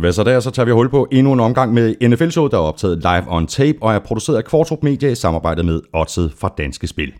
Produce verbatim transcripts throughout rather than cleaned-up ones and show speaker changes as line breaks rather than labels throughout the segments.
Hvad så der? Så tager vi hul på endnu en omgang med N F L-showet, der er optaget live on tape og er produceret af Kvartrup Media i samarbejde med Oddset fra Danske Spil.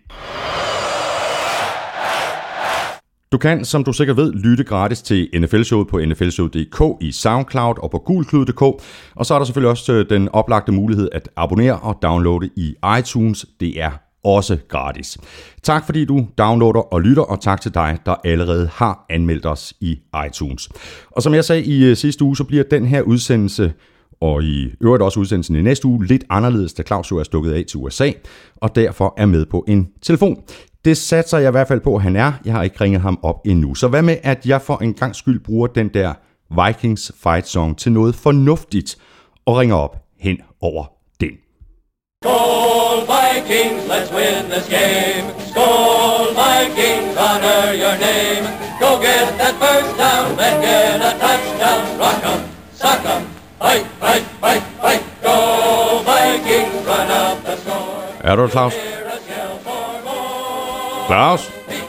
Du kan, som du sikkert ved, lytte gratis til N F L-showet på N F L show punktum d k i SoundCloud og på gulklud punktum d k. Og så er der selvfølgelig også den oplagte mulighed at abonnere og downloade i iTunes. Det er også gratis. Tak fordi du downloader og lytter, og tak til dig, der allerede har anmeldt os i iTunes. Og som jeg sagde i sidste uge, så bliver den her udsendelse, og i øvrigt også udsendelsen i næste uge, lidt anderledes, da Claus jo er stukket af til U S A, og derfor er med på en telefon. Det satser jeg i hvert fald på, at han er. Jeg har ikke ringet ham op endnu. Så hvad med, at jeg for en gang skyld bruger den der Vikings fight song til noget fornuftigt, og ringer op hen over den.
Skål Vikings, let's win this game. Skål Vikings, honor your name. Go get that first down, then get a touchdown. Rock 'em, sock 'em, fight, fight, fight, fight. Go Vikings, run up the score.
Er du, Claus? Claus?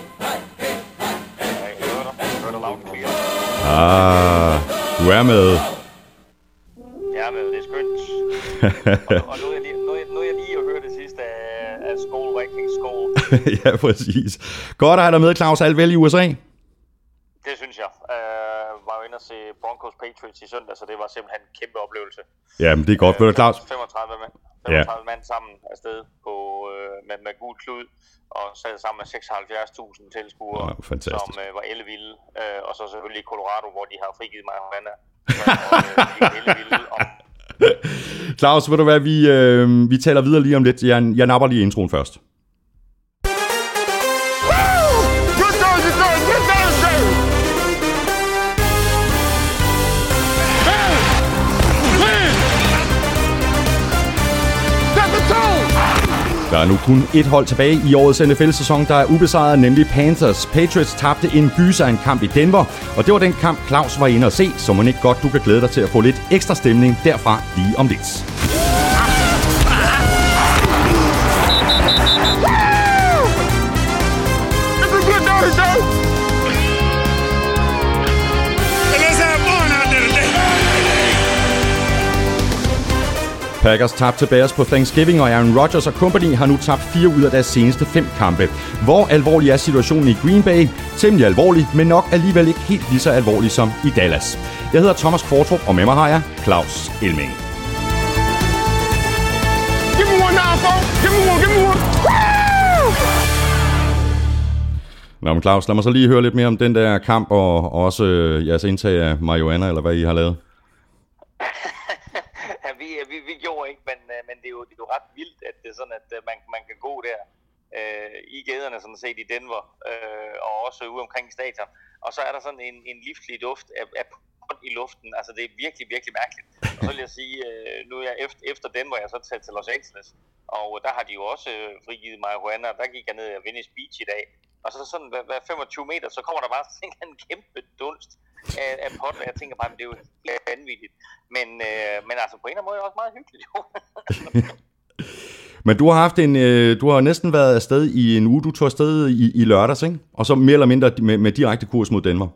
Ah, du er med.
Jeg er med, det er skønt. og, og nu er jeg lige, nu er, nu er jeg lige at høre det sidste af, af Skål, Vikings Skål.
Ja, præcis. Godt at have dig med, Claus. Alt vel i U S A?
Det synes jeg. Uh, var jo inde at se Broncos Patriots i søndag, så det var simpelthen en kæmpe oplevelse.
Ja, men det er godt. Uh, Ved du, Claus?
femogtredive mand, femogtredive ja. mand sammen afsted på, uh, med, med gul klud, og sad sammen med seksoghalvfjerds tusind tilskuere, ja, som uh, var ellevilde. Uh, og så selvfølgelig i Colorado, hvor de har frigivet marihuana. Så uh, de er ellevilde om...
Claus, ved du hvad, vi, øh, vi taler videre lige om lidt. Jeg, jeg napper lige introen først. Der er nu kun et hold tilbage i årets N F L-sæson, der er ubesejret, nemlig Panthers. Patriots tabte en gyser en kamp i Denver, og det var den kamp, Claus var inde og se, så må ikke godt, du kan glæde dig til at få lidt ekstra stemning derfra lige om lidt. Packers tabte til Bears på Thanksgiving, og Aaron Rodgers og company har nu tabt fire ud af deres seneste fem kampe. Hvor alvorlig er situationen i Green Bay? Temmelig alvorlig, men nok alligevel ikke helt lige så alvorlig som i Dallas. Jeg hedder Thomas Kvartrup, og med mig har jeg Claus Elming. Give me one now, folks. Give me one, give me one. Nå, men Claus, lad mig så lige høre lidt mere om den der kamp, og også øh, jeres indtag af marihuana, eller hvad I har lavet.
Vi, vi, vi gjorde ikke, men, men det, er jo, det er jo ret vildt, at det er sådan, at man, man kan gå der øh, i gaderne, sådan set i Denver, øh, og også ude omkring stadion. Og så er der sådan en, en livslig duft af, af pot i luften. Altså det er virkelig, virkelig mærkeligt. Og så vil jeg sige, øh, nu er jeg efter, efter Denver, jeg er så taget til Los Angeles, og der har de jo også øh, frigivet marihuana, og der gik jeg ned af Venice Beach i dag. Og så sådan hver femogtyve meter, så kommer der bare sådan en kæmpe dunst af, af pot, og jeg tænker bare, at det er jo helt vanvittigt. Men, øh, men altså på en eller anden måde er det også meget hyggeligt, jo.
Men du har haft en, øh, du har næsten været afsted i en uge, du tog afsted i, i lørdags, ikke? Og så mere eller mindre med, med direkte kurs mod Denver.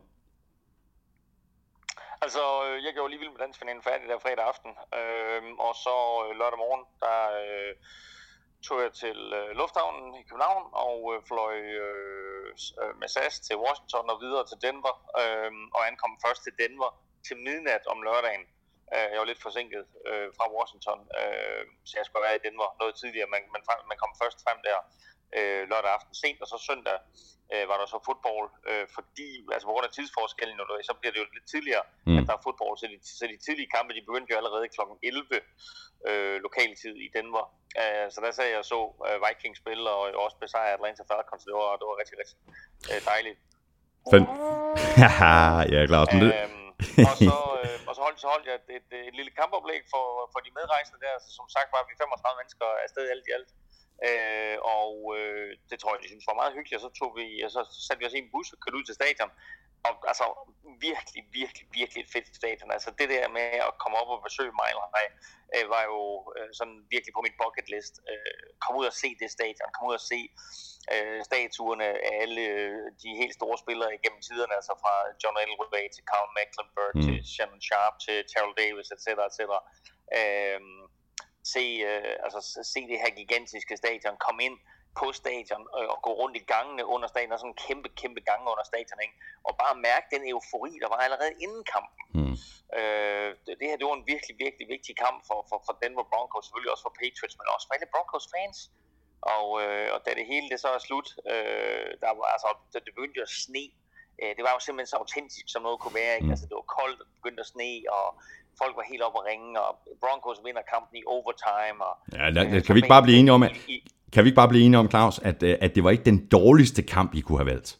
Altså, jeg gjorde lige vildt med dansfinalen færdig der fredag aften, øh, og så lørdag morgen, der... Øh, tog jeg til øh, lufthavnen i København og øh, fløj øh, med S A S til Washington og videre til Denver, øh, og ankom først til Denver til midnat om lørdagen. Øh, jeg var lidt forsinket øh, fra Washington, øh, så jeg skulle være i Denver noget tidligere, men man, man kom først frem der øh, lørdag aften sent, og så søndag øh, var der så fodbold, øh, fordi, altså på grund af tidsforskellen, så bliver det jo lidt tidligere, mm. at der er fodbold, så de, så de tidlige kampe, de begyndte jo allerede klokken elleve øh, lokaltid i Denver. Uh, så der sagde jeg så uh, Vikings spille, og også besejre Atlanta Falcons, det var, det var rigtig, rigtig uh, dejligt.
Fint. Ja, klart. Uh,
og, så, uh, og så holdt, så holdt jeg et, et, et lille kampoplæg for, for de medrejsende der, så som sagt var vi femogtredive mennesker afsted alt i alt. Uh, og uh, det tror jeg, de synes var meget hyggeligt, og så, tog vi, og så satte vi os i en bus og kørte ud til stadion. og altså virkelig, virkelig, virkelig et fedt stadion. Altså det der med at komme op og besøge Mile High, øh, var jo øh, sådan virkelig på min bucket list. Øh, kom ud og se det stadion, kom ud og se øh, statuerne af alle øh, de helt store spillere igennem tiderne, altså fra John Elway til Carl Mecklenburg, mm. til Shannon Sharp, til Terrell Davis, et cetera et cetera. Øh, se, øh, altså, se det her gigantiske stadion, komme ind på stadion øh, og gå rundt i gangene under stadion, og sådan en kæmpe, kæmpe gange under stadion, ikke? Og bare mærke den eufori, der var allerede inden kampen. Mm. Øh, det, det her, det var en virkelig, virkelig vigtig kamp for, for, for Denver Broncos, selvfølgelig også for Patriots, men også for alle Broncos fans. Og, øh, og da det hele det så er slut, øh, der var, altså, det, det begyndte at sne. Øh, det var jo simpelthen så autentisk, som noget kunne være, ikke? Mm. Altså, det var koldt, og det begyndte at sne, og folk var helt oppe at ringe, og Broncos vinder kampen i overtime. Og,
ja, der, øh, kan vi ikke bare blive enige om, at... I, Kan vi ikke bare blive enige om, Claus, at, at det var ikke den dårligste kamp, I kunne have valgt?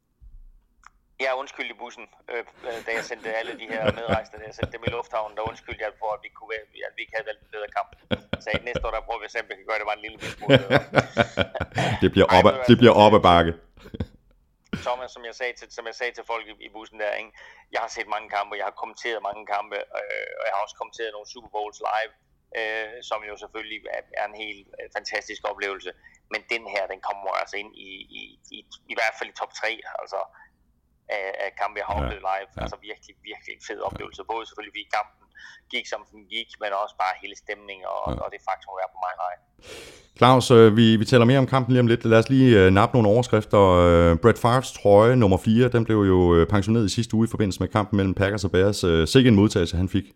Jeg er undskyld i bussen, øh, da jeg sendte alle de her medrejsende, da jeg sendte dem i lufthavnen, der undskyldte jeg for, at vi, kunne, at vi ikke havde valgt en bedre kamp. Så næste år, der prøver vi at se, om vi kan gøre det bare en lille smule.
det bliver op, Ej, det bliver op ad bakke.
Thomas, som jeg sagde til, som jeg sagde til folk i, i bussen der, ikke? Jeg har set mange kampe, jeg har kommenteret mange kampe, øh, og jeg har også kommenteret nogle Super Bowls live. Øh, som jo selvfølgelig er, er en helt øh, fantastisk oplevelse, men den her, den kommer altså ind i, i, i, i hvert fald i top tre, altså af, af kampe, jeg har ja, oplevet live, ja. Altså virkelig, virkelig en fed oplevelse, ja. Både selvfølgelig fordi kampen gik som den gik, men også bare hele stemningen og, ja. Og det faktum, at være på Mile High.
Claus, øh, vi, vi taler mere om kampen lige om lidt. Lad os lige øh, nappe nogle overskrifter. Øh, Brett Favres trøje nummer fire, den blev jo øh, pensioneret i sidste uge i forbindelse med kampen mellem Packers og Bears. Øh, sikke en modtagelse, han fik.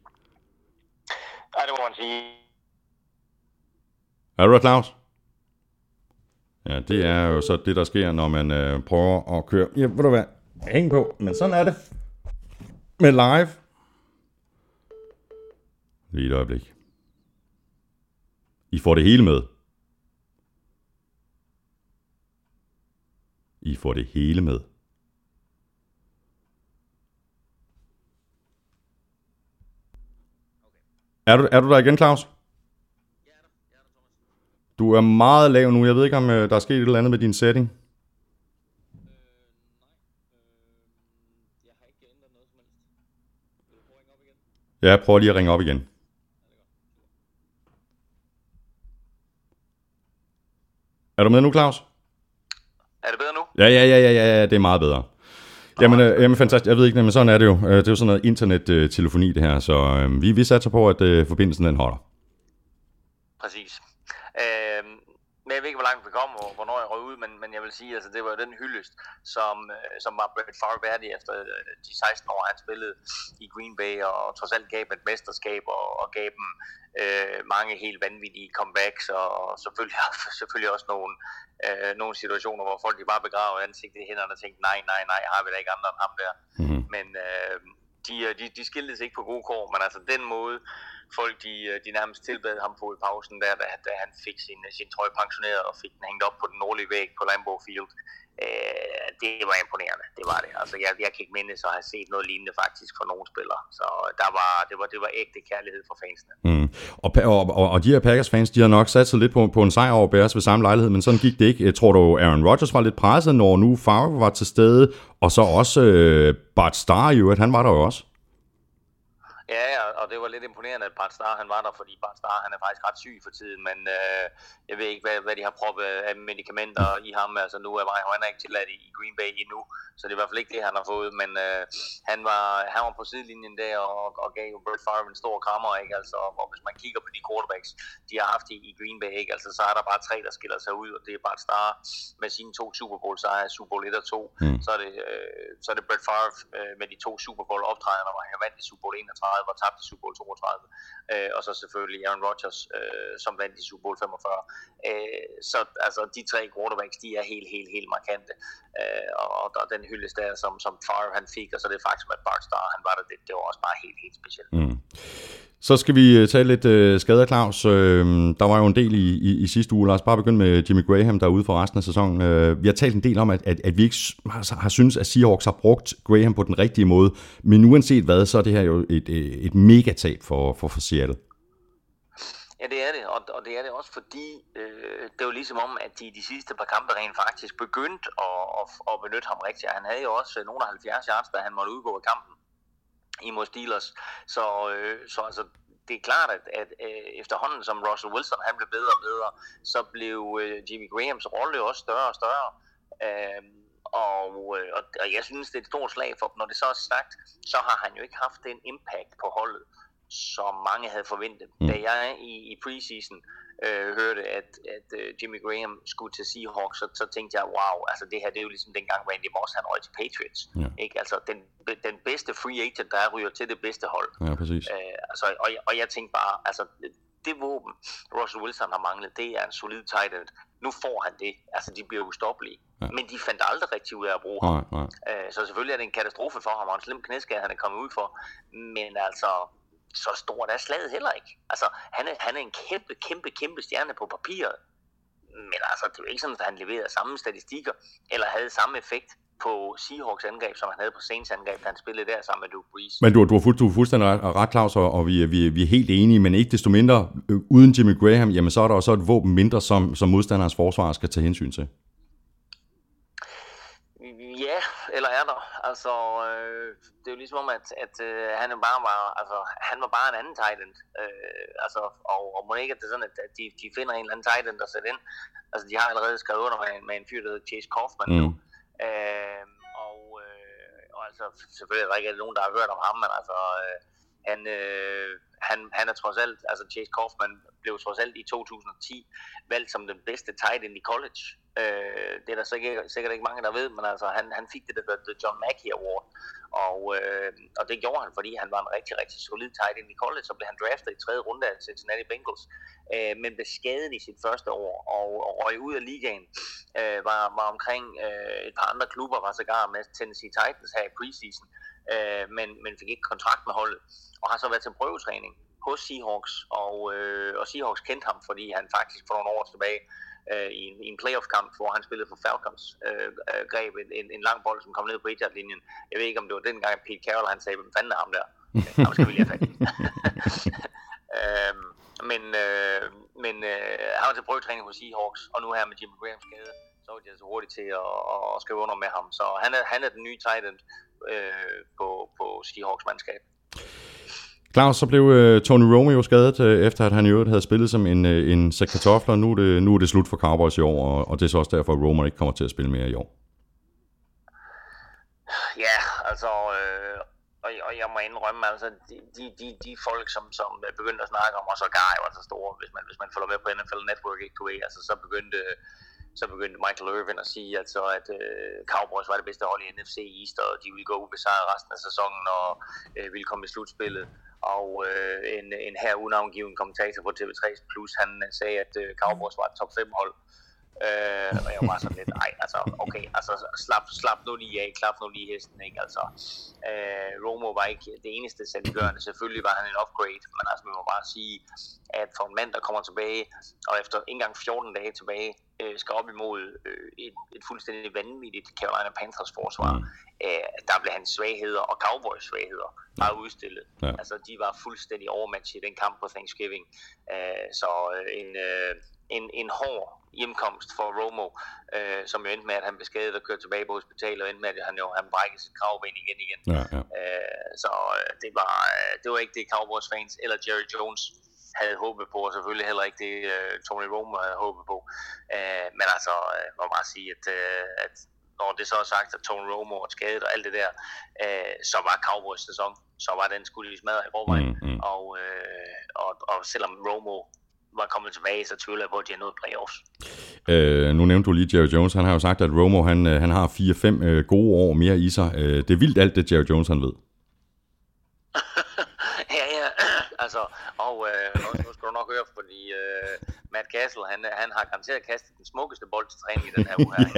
Ja, det må man sige.
Er du der, Claus? Ja, det er jo så det, der sker, når man øh, prøver at køre... Ja, ved du hvad? Hæng på, men sådan er det. Med live. Lige et øjeblik. I får det hele med. I får det hele med. Er du, er du der igen, Claus? Du er meget lav nu. Jeg ved ikke, om øh, der er sket et eller andet med din setting. Øh, nej. Øh, jeg har ikke ændret noget som helst. Vil du prøve at ringe op igen? Ja, jeg prøver lige at ringe op igen. Er du med nu, Claus?
Er det bedre nu?
Ja, ja, ja, ja, ja, det er meget bedre. Jamen, øh, jamen fantastisk. Jeg ved ikke, men sådan er det jo. Det er jo sådan noget internettelefoni, det her. Så øh, vi, vi satser på, at øh, forbindelsen den holder.
Præcis. Øh, men jeg ved ikke, hvor langt vi kommer, og hvornår jeg røg ud, men, men jeg vil sige, altså det var den hyldest, som, som var Brett Favre værdig efter de seksten år, han spillede i Green Bay, og trods alt gav et mesterskab, og, og gav dem øh, mange helt vanvittige comebacks, og selvfølgelig, selvfølgelig også nogle, øh, nogle situationer, hvor folk de bare begravede ansigtet i hænderne og tænkte, nej, nej, nej, har vi da ikke andre end ham der. Mm-hmm. Men øh, de, de, de skiltes ikke på gode kår, men altså den måde, folk de, de nærmest tilbad ham på i pausen, der, da, da han fik sin, sin trøje pensioneret og fik den hængt op på den nordlige væg på Lambeau Field. Øh, det var imponerende, det var det. Altså, jeg, jeg kan ikke mindes at have set noget lignende faktisk for nogle spillere. Så der var, det, var, det var ægte kærlighed for fansene.
Mm. Og, og, og, og de her Packers-fans, de har nok sat sig lidt på, på en sejr over Bears ved samme lejlighed, men sådan gik det ikke. Jeg tror du, Aaron Rodgers var lidt presset, når nu Favre var til stede, og så også øh, Bart Starr jo, at han var der jo også.
Ja, og det var lidt imponerende, at Bart Starr han var der, fordi Bart Starr han er faktisk ret syg for tiden, men øh, jeg ved ikke, hvad, hvad de har proppet af medicamenter i ham. Altså nu er han er ikke tilladt i Green Bay endnu, så det er i hvert fald ikke det, han har fået, men øh, han, var, han var på sidelinjen der og, og gav jo Brett Favre en stor krammer, ikke? Altså, og hvis man kigger på de quarterbacks, de har haft i, i Green Bay, ikke? Altså, så er der bare tre, der skiller sig ud, og det er Bart Starr med sine to Super Bowl sejre, Super Bowl et og to, mm. så, er det, øh, så er det Brett Favre øh, med de to Super Bowl optrædende, hvor han vandt i Super Bowl enogtredive var tabt i Super Bowl toogtredive, øh, og så selvfølgelig Aaron Rodgers, øh, som vandt i Super Bowl femogfyrre. Øh, så altså, de tre quarterbacks, de er helt, helt, helt markante. Øh, og, og den hyldest der, som, som Favre han fik, og så det faktum, at Bart Starr, han var der, det, det var også bare helt, helt specielt. Mm.
Så skal vi tale lidt øh, skader, Claus. Øh, der var jo en del i, i, i sidste uge. Lad os bare begynde med Jimmy Graham, der er ude for resten af sæsonen. Øh, vi har talt en del om, at, at, at vi ikke har, har synes, at Seahawks har brugt Graham på den rigtige måde. Men uanset hvad, så er det her jo et, et, et megatab for, for, for Seattle.
Ja, det er det, og, og det er det også fordi, øh, det er jo ligesom om, at de de sidste par kampe rent faktisk begyndte at, at, at benytte ham rigtigt. Han havde jo også nogle af halvfjerds yards, da han måtte udgå af kampen imod Steelers. Så, øh, så altså, det er klart, at, at øh, efterhånden som Russell Wilson han blev bedre og bedre, så blev øh, Jimmy Grahams rolle også større og større. Øh, og, øh, og jeg synes, det er et stort slag for, når det så er sagt, så har han jo ikke haft den impact på holdet, som mange havde forventet. Mm. Da jeg i, i preseason øh, hørte, at, at uh, Jimmy Graham skulle til Seahawks, så, så tænkte jeg, wow, altså det her, det er jo ligesom dengang Randy Moss, han røg til Patriots. Ja. Ikke? Altså den, den bedste free agent, der ryger til det bedste hold.
Ja, præcis.
Øh, altså, og, og jeg tænkte bare, altså det våben, Russell Wilson har manglet, det er en solid tight end. Nu får han det. Altså, de bliver ustoppelige. Ja. Men de fandt aldrig rigtig ud af at bruge ham.
Nej, nej.
Øh, så selvfølgelig er det en katastrofe for ham, og en slem knæskade, han er kommet ud for. Men altså, så stort er slaget heller ikke. Altså, han er, han er en kæmpe, kæmpe, kæmpe stjerne på papiret. Men altså, det er jo ikke sådan, at han leverede samme statistikker, eller havde samme effekt på Seahawks angreb, som han havde på Saints angreb, da han spillede der sammen med Drew Brees.
Men du, du, er, fuld, du er fuldstændig ret, ret Claus, og vi, vi, vi er helt enige, men ikke desto mindre, øh, uden Jimmy Graham, jamen så er der også et våben mindre, som, som modstanderens forsvar skal tage hensyn til.
Ja, eller er der. Altså, øh, det er jo ligesom om, at, at øh, han, er bare var, altså, han var bare en anden tight end. Øh, altså, og, og må ikke, at det er sådan, at de, de finder en eller anden tight end at sætte ind. Altså, de har allerede skrevet under med, med en fyr, der hedder Chase Kaufman mm. nu. Øh, og, øh, og altså, selvfølgelig er der ikke nogen, der har hørt om ham, men altså, øh, han, øh, han, han er trods alt, altså Chase Kaufman blev trods alt i to tusind og ti valgt som den bedste tight end i college. Øh, det er der sikkert, sikkert ikke mange, der ved, men altså, han, han fik det, der hedder The John Mackey Award, og, øh, og det gjorde han, fordi han var en rigtig, rigtig solid tight end i college, så blev han draftet i tredje runde af Cincinnati Bengals, øh, men blev skadet i sit første år, og, og røg ud af ligaen, øh, var, var omkring øh, et par andre klubber, var sågar med Tennessee Titans her i preseason, øh, men, men fik ikke kontrakt med holdet, og har så været til prøvetræning hos Seahawks, og, øh, og Seahawks kendte ham, fordi han faktisk for nogle år tilbage øh, i, en, i en playoff-kamp, hvor han spillede for Falcons, øh, øh, greb en, en, en lang bold, som kom ned på et-yard-linjen. Jeg ved ikke, om det var dengang Pete Carroll, han sagde, hvem fanden er ham der? Ham skal vi lige have fat i. øhm, men øh, men øh, han var til prøvetræning hos Seahawks, og nu her med Jimmy Graham skade, så var de altså hurtigt til at, at skrive under med ham. Så han er, han er den nye tight end øh, på, på Seahawks mandskab.
Claus, så blev uh, Tony Romo jo skadet, uh, efter at han i øvrigt havde spillet som en, uh, en sæk kartofler. Nu er, det, nu er det slut for Cowboys i år, og, og det er så også derfor, at Romo ikke kommer til at spille mere i år.
Ja, altså, øh, og, og jeg må indrømme, altså, de, de, de, de folk, som, som begyndte at snakke om, og så gar jo altså store, hvis man, hvis man følger med på N F L Network, ikke, altså, så begyndte... så begyndte Michael Irvin at sige, altså, at øh, Cowboys var det bedste hold i N F C East, og de ville gå ubesejret resten af sæsonen, og øh, ville komme i slutspillet. Og øh, en, en her unavngiven kommentator på T V tre Plus, han sagde, at øh, Cowboys var et top fem hold. Øh, og jeg var sådan lidt, ej, altså, okay, altså, slap, slap nu lige af, klap nu lige hesten, ikke, altså. Øh, Romo var ikke det eneste sandgørende, selvfølgelig var han en upgrade, men altså, vi må bare sige, at for en mand, der kommer tilbage, og efter ikke engang fjorten dage tilbage, øh, skal op imod øh, et, et fuldstændig vanvittigt Carolina Panthers forsvar, øh, der blev hans svagheder og Cowboys svagheder bare udstillet. Ja. Altså, de var fuldstændig overmatchet i den kamp på Thanksgiving, øh, så øh, en... Øh, En, en hård hjemkomst for Romo, øh, som jo endte med, at han blev skadet og kørte tilbage på hospitalet, og endte med, at han jo han brækkede sit kravben igen igen.
Ja, ja.
Øh, så øh, det, var, øh, det var ikke det Cowboys fans eller Jerry Jones havde håbet på, og selvfølgelig heller ikke det øh, Tony Romo havde håbet på. Øh, men altså, øh, må bare sige, at, øh, at når det så er sagt, at Tony Romo var skadet og alt det der, øh, så var Cowboys sæson, så var den skulle lige smadret i forvejen. Mm, mm. Og, øh, og, og selvom Romo var kommet tilbage, så tvivler jeg på, at de har nået playoffs.
Øh, nu nævnte du lige Jerry Jones. Han har jo sagt, at Romo han, han har fire fem øh, gode år mere i sig. Øh, det er vildt alt det, Jerry Jones han ved.
ja, ja. altså, og øh, nu, nu skal du nok høre, fordi øh, Matt Cassel, han, han har garanteret kastet den smukkeste bold til træning i den her uge her.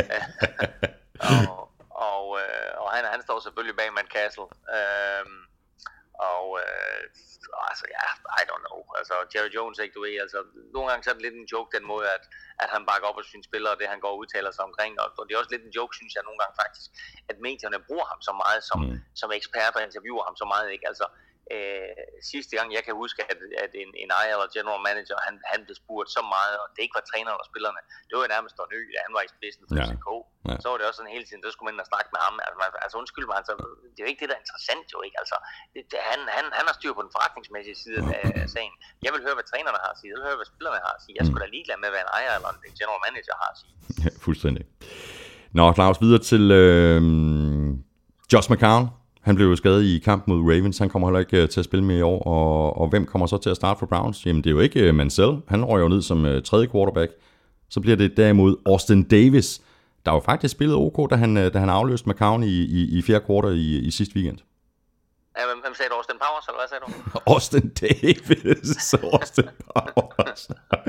og og, øh, og han, han står selvfølgelig bag Matt Cassel. Øh, og øh, altså ja, I don't know, altså Jerry Jones, ikke, du ved, altså nogle gange så er det lidt en joke den måde, at, at han bakker op af sine spillere, og det han går og udtaler sig omkring, og, og det er også lidt en joke, synes jeg nogle gange faktisk, at medierne bruger ham så meget som, mm. som ekspert og interviewer ham så meget, ikke, altså Øh, sidste gang, jeg kan huske, at, at en, en ejer eller general manager, han, han blev spurgt så meget, og det ikke var træneren og spillerne. Det var nærmest Don Ø, da han var i spidsen for
ja.
F C K. Ja. Så var det også sådan hele tiden, der skulle man ind og snakke med ham. Altså, man, altså undskyld mig, altså, det er jo ikke det, der er interessant jo, ikke? Altså, det, det, han, han, han har styr på den forretningsmæssige side af sagen. Jeg vil høre, hvad trænerne har at sige. Jeg vil høre, hvad spillerne har at sige. Jeg skulle da ligeglad med, hvad en ejer eller en general manager har at sige.
Ja, fuldstændig. Nå, Claus, videre til øh, Josh McCown. Han blev jo skadet i kamp mod Ravens. Han kommer heller ikke til at spille med i år. Og, og hvem kommer så til at starte for Browns? Jamen, det er jo ikke Mansell. Han røg jo ned som uh, tredje quarterback. Så bliver det derimod Austin Davis, der jo faktisk spillede OK, da han, da han afløste McCown i, i, i fjerde kvartal i, i sidste weekend.
Ja, hvem, hvem sagde du? Austin Powers, eller hvad sagde du?
Austin Davis. Austin Powers.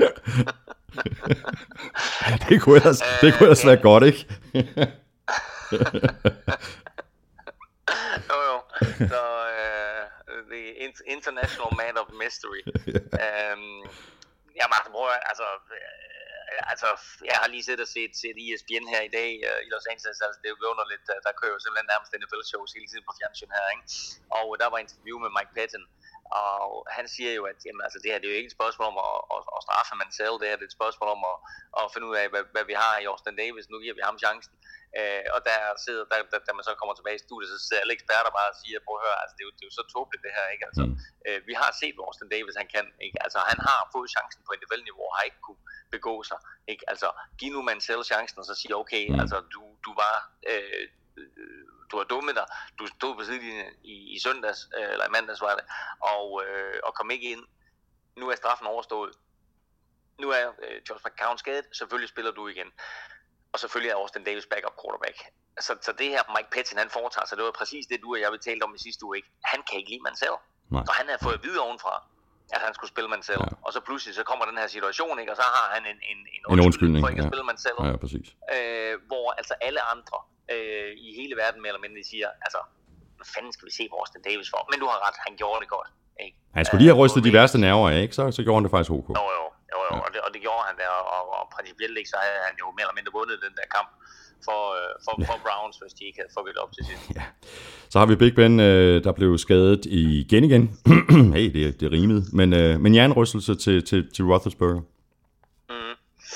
det kunne ellers, det kunne ellers være godt, ikke?
jo, jo. Så, uh, the international man of mystery. um, jamen, altså, bror, altså... Altså, jeg har lige siddet og set, set E S P N her i dag uh, i Los Angeles, altså det er jo underligt, uh, der kører jo simpelthen nærmest N F L-shows hele tiden på fjernsyn her, ikke? Og der var et interview med Mike Patton, og han siger jo, at jamen, altså, det her det er jo ikke et spørgsmål om at, at, at straffe Mansell, det her det er et spørgsmål om at, at finde ud af, hvad, hvad vi har i Austin Davis, nu giver vi ham chancen. Uh, og der sidder, der, der, da man så kommer tilbage i studiet, så sidder alle eksperter bare og siger, prøv at høre, altså det er jo, det er jo så tåbeligt det her, ikke? Altså, mm. uh, vi har set, hvor Austin Davis han kan, ikke? Altså han har fået chancen på N F L-niveau, har ikke kunne begå sig, ikke? Altså giv nu Mansell chancen, og så sige, okay, mm. altså du, du var, øh, du har dummet dig, du stod på sidelinjen i, i søndags, øh, eller i mandags var det, og, øh, og kom ikke ind, nu er straffen overstået, nu er øh, Josh McCown skadet, selvfølgelig spiller du igen. Og selvfølgelig er Austin Davis backup quarterback. Så, så det her Mike Patton, han foretager sig, det var præcis det, du og jeg talte om i sidste uge, ikke? Han kan ikke lide Mansell. Nej. Så han har fået at vide ovenfra, at han skulle spille Mansell. Ja. Og så pludselig så kommer den her situation, ikke? Og så har han en, en, en,
en undskyldning
for ikke
ja.
at spille Mansell.
Ja, præcis.
Øh, hvor altså alle andre øh, i hele verden mere eller mindre siger, altså, hvad fanden skal vi se på Austin Davis for? Men du har ret, han gjorde det godt. Ikke?
Han skulle lige have rystet de værste nerver af, ikke? Så, så gjorde han det faktisk OK.
Jo, jo. Jo, jo, ja. og, det, og det gjorde han der, og, og principielt ikke, så havde han jo mere eller mindre vundet den der kamp for, for, ja. for Browns, hvis de ikke havde fucket op til sidst. Ja.
Så har vi Big Ben, der blev skadet igen igen. hey, det, det rimede, men, men jernrystelse til, til, til Roethlisberger.
Mm.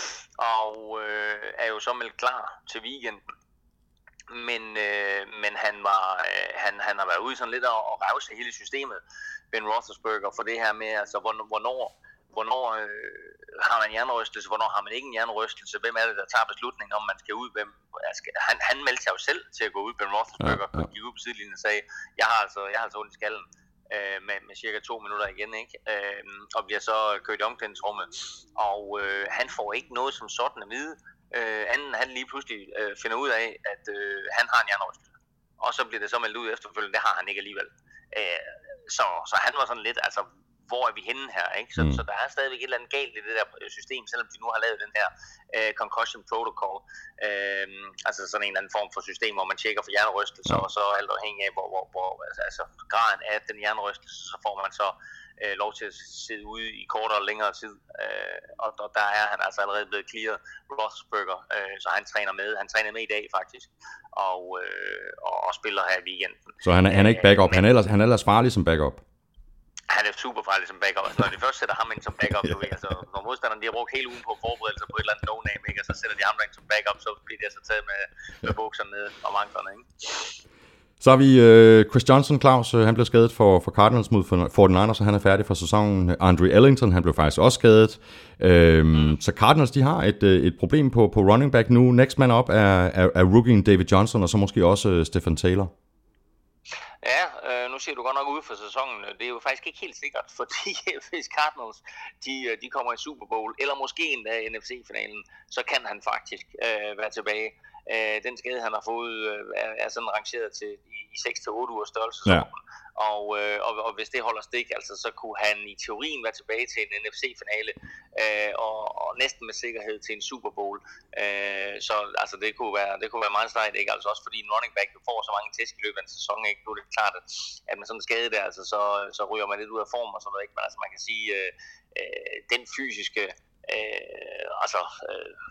Og øh, er jo så meldt klar til weekenden. Men, øh, men han, var, øh, han, han har været ude sådan lidt og, og revse hele systemet, Ben Roethlisberger, for det her med, altså, hvornår, hvornår øh, har man jernrystelse, hvornår har man ikke en jernrystelse, hvem er det, der tager beslutningen om, man skal ud, hvem, skal, han, han meldte sig jo selv til at gå ud, Ben Roethlisberger, ja, ja. Gik ud på sidelinjen og sagde, jeg har altså, jeg har altså ondt i skallen, øh, med, med cirka to minutter igen, ikke? Øh, og bliver så kørt i omklædningsrummet, og øh, han får ikke noget som sådan at vide, øh, anden han lige pludselig øh, finder ud af, at øh, han har en jernrystelse, og så bliver det så meldt ud efterfølgende, det har han ikke alligevel. Øh, så, så han var sådan lidt, altså, hvor er vi henne her, ikke? Så, mm. så der er stadigvæk et eller andet galt i det der system, selvom de nu har lavet den her uh, concussion protocol, uh, altså sådan en eller anden form for system, hvor man tjekker for hjernerystelse, ja. Og så alt afhængig af, hvor, hvor, hvor altså, altså graden af den hjernerystelse, så får man så uh, lov til at sidde ude i kortere og længere tid, uh, og, og der er han altså allerede blevet clearet, Roethlisberger, uh, så han træner med, han træner med i dag faktisk, og, uh, og, og spiller her i weekenden.
Så han er, han er ikke backup, han er ellers, han er ellers farlig som backup?
Han er super farlig som backup. Altså, når de først sætter ham ind som backup, du ved, altså, når modstanderne de har brugt hele ugen på forberedelser på et eller andet no-name, ikke? Og så sætter de ham ind som backup, så bliver de altså taget med, med bukserne ned om anklerne, ikke?
Så har vi uh, Chris Johnson, Claus, han blev skadet for, for Cardinals mod forty-niners, så han er færdig for sæsonen. Andre Ellington, han blev faktisk også skadet. Øhm, mm. Så Cardinals, de har et, et problem på, på running back nu. Next man up er, er, er rookien David Johnson, og så måske også uh, Stephen Taylor.
Ja, øh, nu ser du godt nok ud for sæsonen. Det er jo faktisk ikke helt sikkert, fordi hvis Cardinals de, de kommer i Super Bowl, eller måske endda N F C-finalen, så kan han faktisk øh, være tilbage. Øh, den skade, han har fået, øh, er, er sådan rangeret til i, i seks til otte ugers størrelse. Ja. Og, øh, og, og hvis det holder stik, altså, så kunne han i teorien være tilbage til en N F C-finale, øh, og, og næsten med sikkerhed til en Super Bowl. Øh, så altså, det, kunne være, det kunne være meget sejt, ikke? Altså også fordi en running back får så mange tæsk i løbet af en sæson, ikke? Nu er det klart, at, at med sådan en skade der, altså, så, så ryger man lidt ud af form og sådan noget, ikke? Men altså, man kan sige, øh, øh, den fysiske, øh, altså... Øh,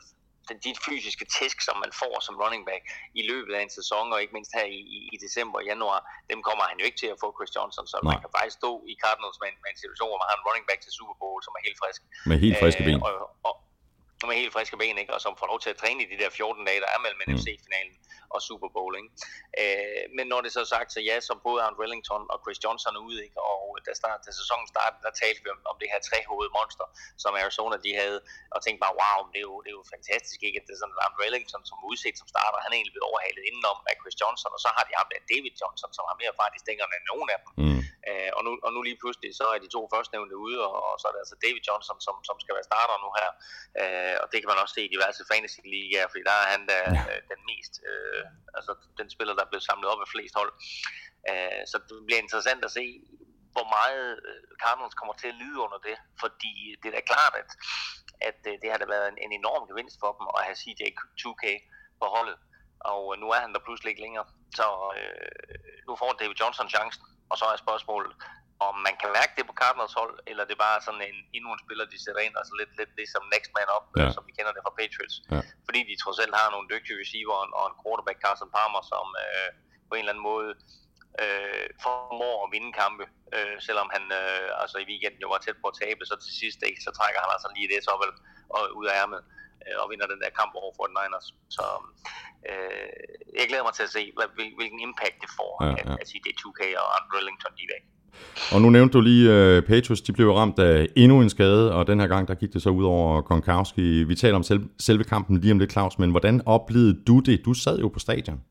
de fysiske tæsk, som man får som running back i løbet af en sæson, og ikke mindst her i, i, i december og januar, dem kommer han jo ikke til at få, Chris Johnson, så Nej. man kan faktisk stå i Cardinals med en, med en situation, hvor man har en running back til Super Bowl, som er helt frisk.
Med helt friske ben.
Øh, og, og, med helt friske ben, ikke? Og som får lov til at træne i de der fjorten dage, der er mellem mm. N F C-finalen og Super Bowl. Ikke? Øh, men når det så er sagt, så ja, så både Aaron Wellington og Chris Johnson er ude, ikke? Og da, start, da sæsonen startede, der talte vi om, om det her trehovedede monster, som Arizona de havde, og tænkte bare, wow, det er jo, det er jo fantastisk, ikke? At det er sådan Aaron Wellington, som er udset som starter, han er egentlig blevet overhalet indenom af Chris Johnson, og så har de ham der David Johnson, som har mere fart i stængerne end nogen af dem. Mm. Øh, og, nu, og nu lige pludselig, så er de to førstnævnte ude, og, og så er det altså David Johnson, som, som skal være starter nu her. Øh, og det kan man også se i diverse fantasy-ligaer, fordi der er han der, ja. øh, den mest, øh, altså den spiller, der er blevet samlet op af flest hold. Øh, så det bliver interessant at se, hvor meget Cardinals kommer til at lide under det, fordi det er da klart, at, at det har da været en, en enorm gevinst for dem at have C J to K på holdet, og nu er han der pludselig ikke længere, så øh, nu får David Johnson chancen, og så er spørgsmålet, om man kan mærke det på Cardinals hold, eller det er bare sådan en endnu en spiller, de sætter ind, altså lidt, lidt det som next man up, ja. som vi kender det fra Patriots. Ja. Fordi de trods alt har nogle dygtige receiver og en quarterback, Carson Palmer, som øh, på en eller anden måde øh, formår at vinde kampe, øh, selvom han øh, altså i weekenden jo var tæt på at tabe, så til sidst ikke, så trækker han altså lige det så vel og ud af ærmet øh, og vinder den der kamp over forty-niners. Så øh, jeg glæder mig til at se, hvad, hvilken impact det får, ja, ja. at C J to K og Aaron Wellington de væk.
Og nu nævnte du lige, uh, Patriots, de blev ramt af endnu en skade, og den her gang, der gik det så ud over Gronkowski. Vi taler om selve, selve kampen lige om lidt, Claus, men hvordan oplevede du det? Du sad jo på stadion.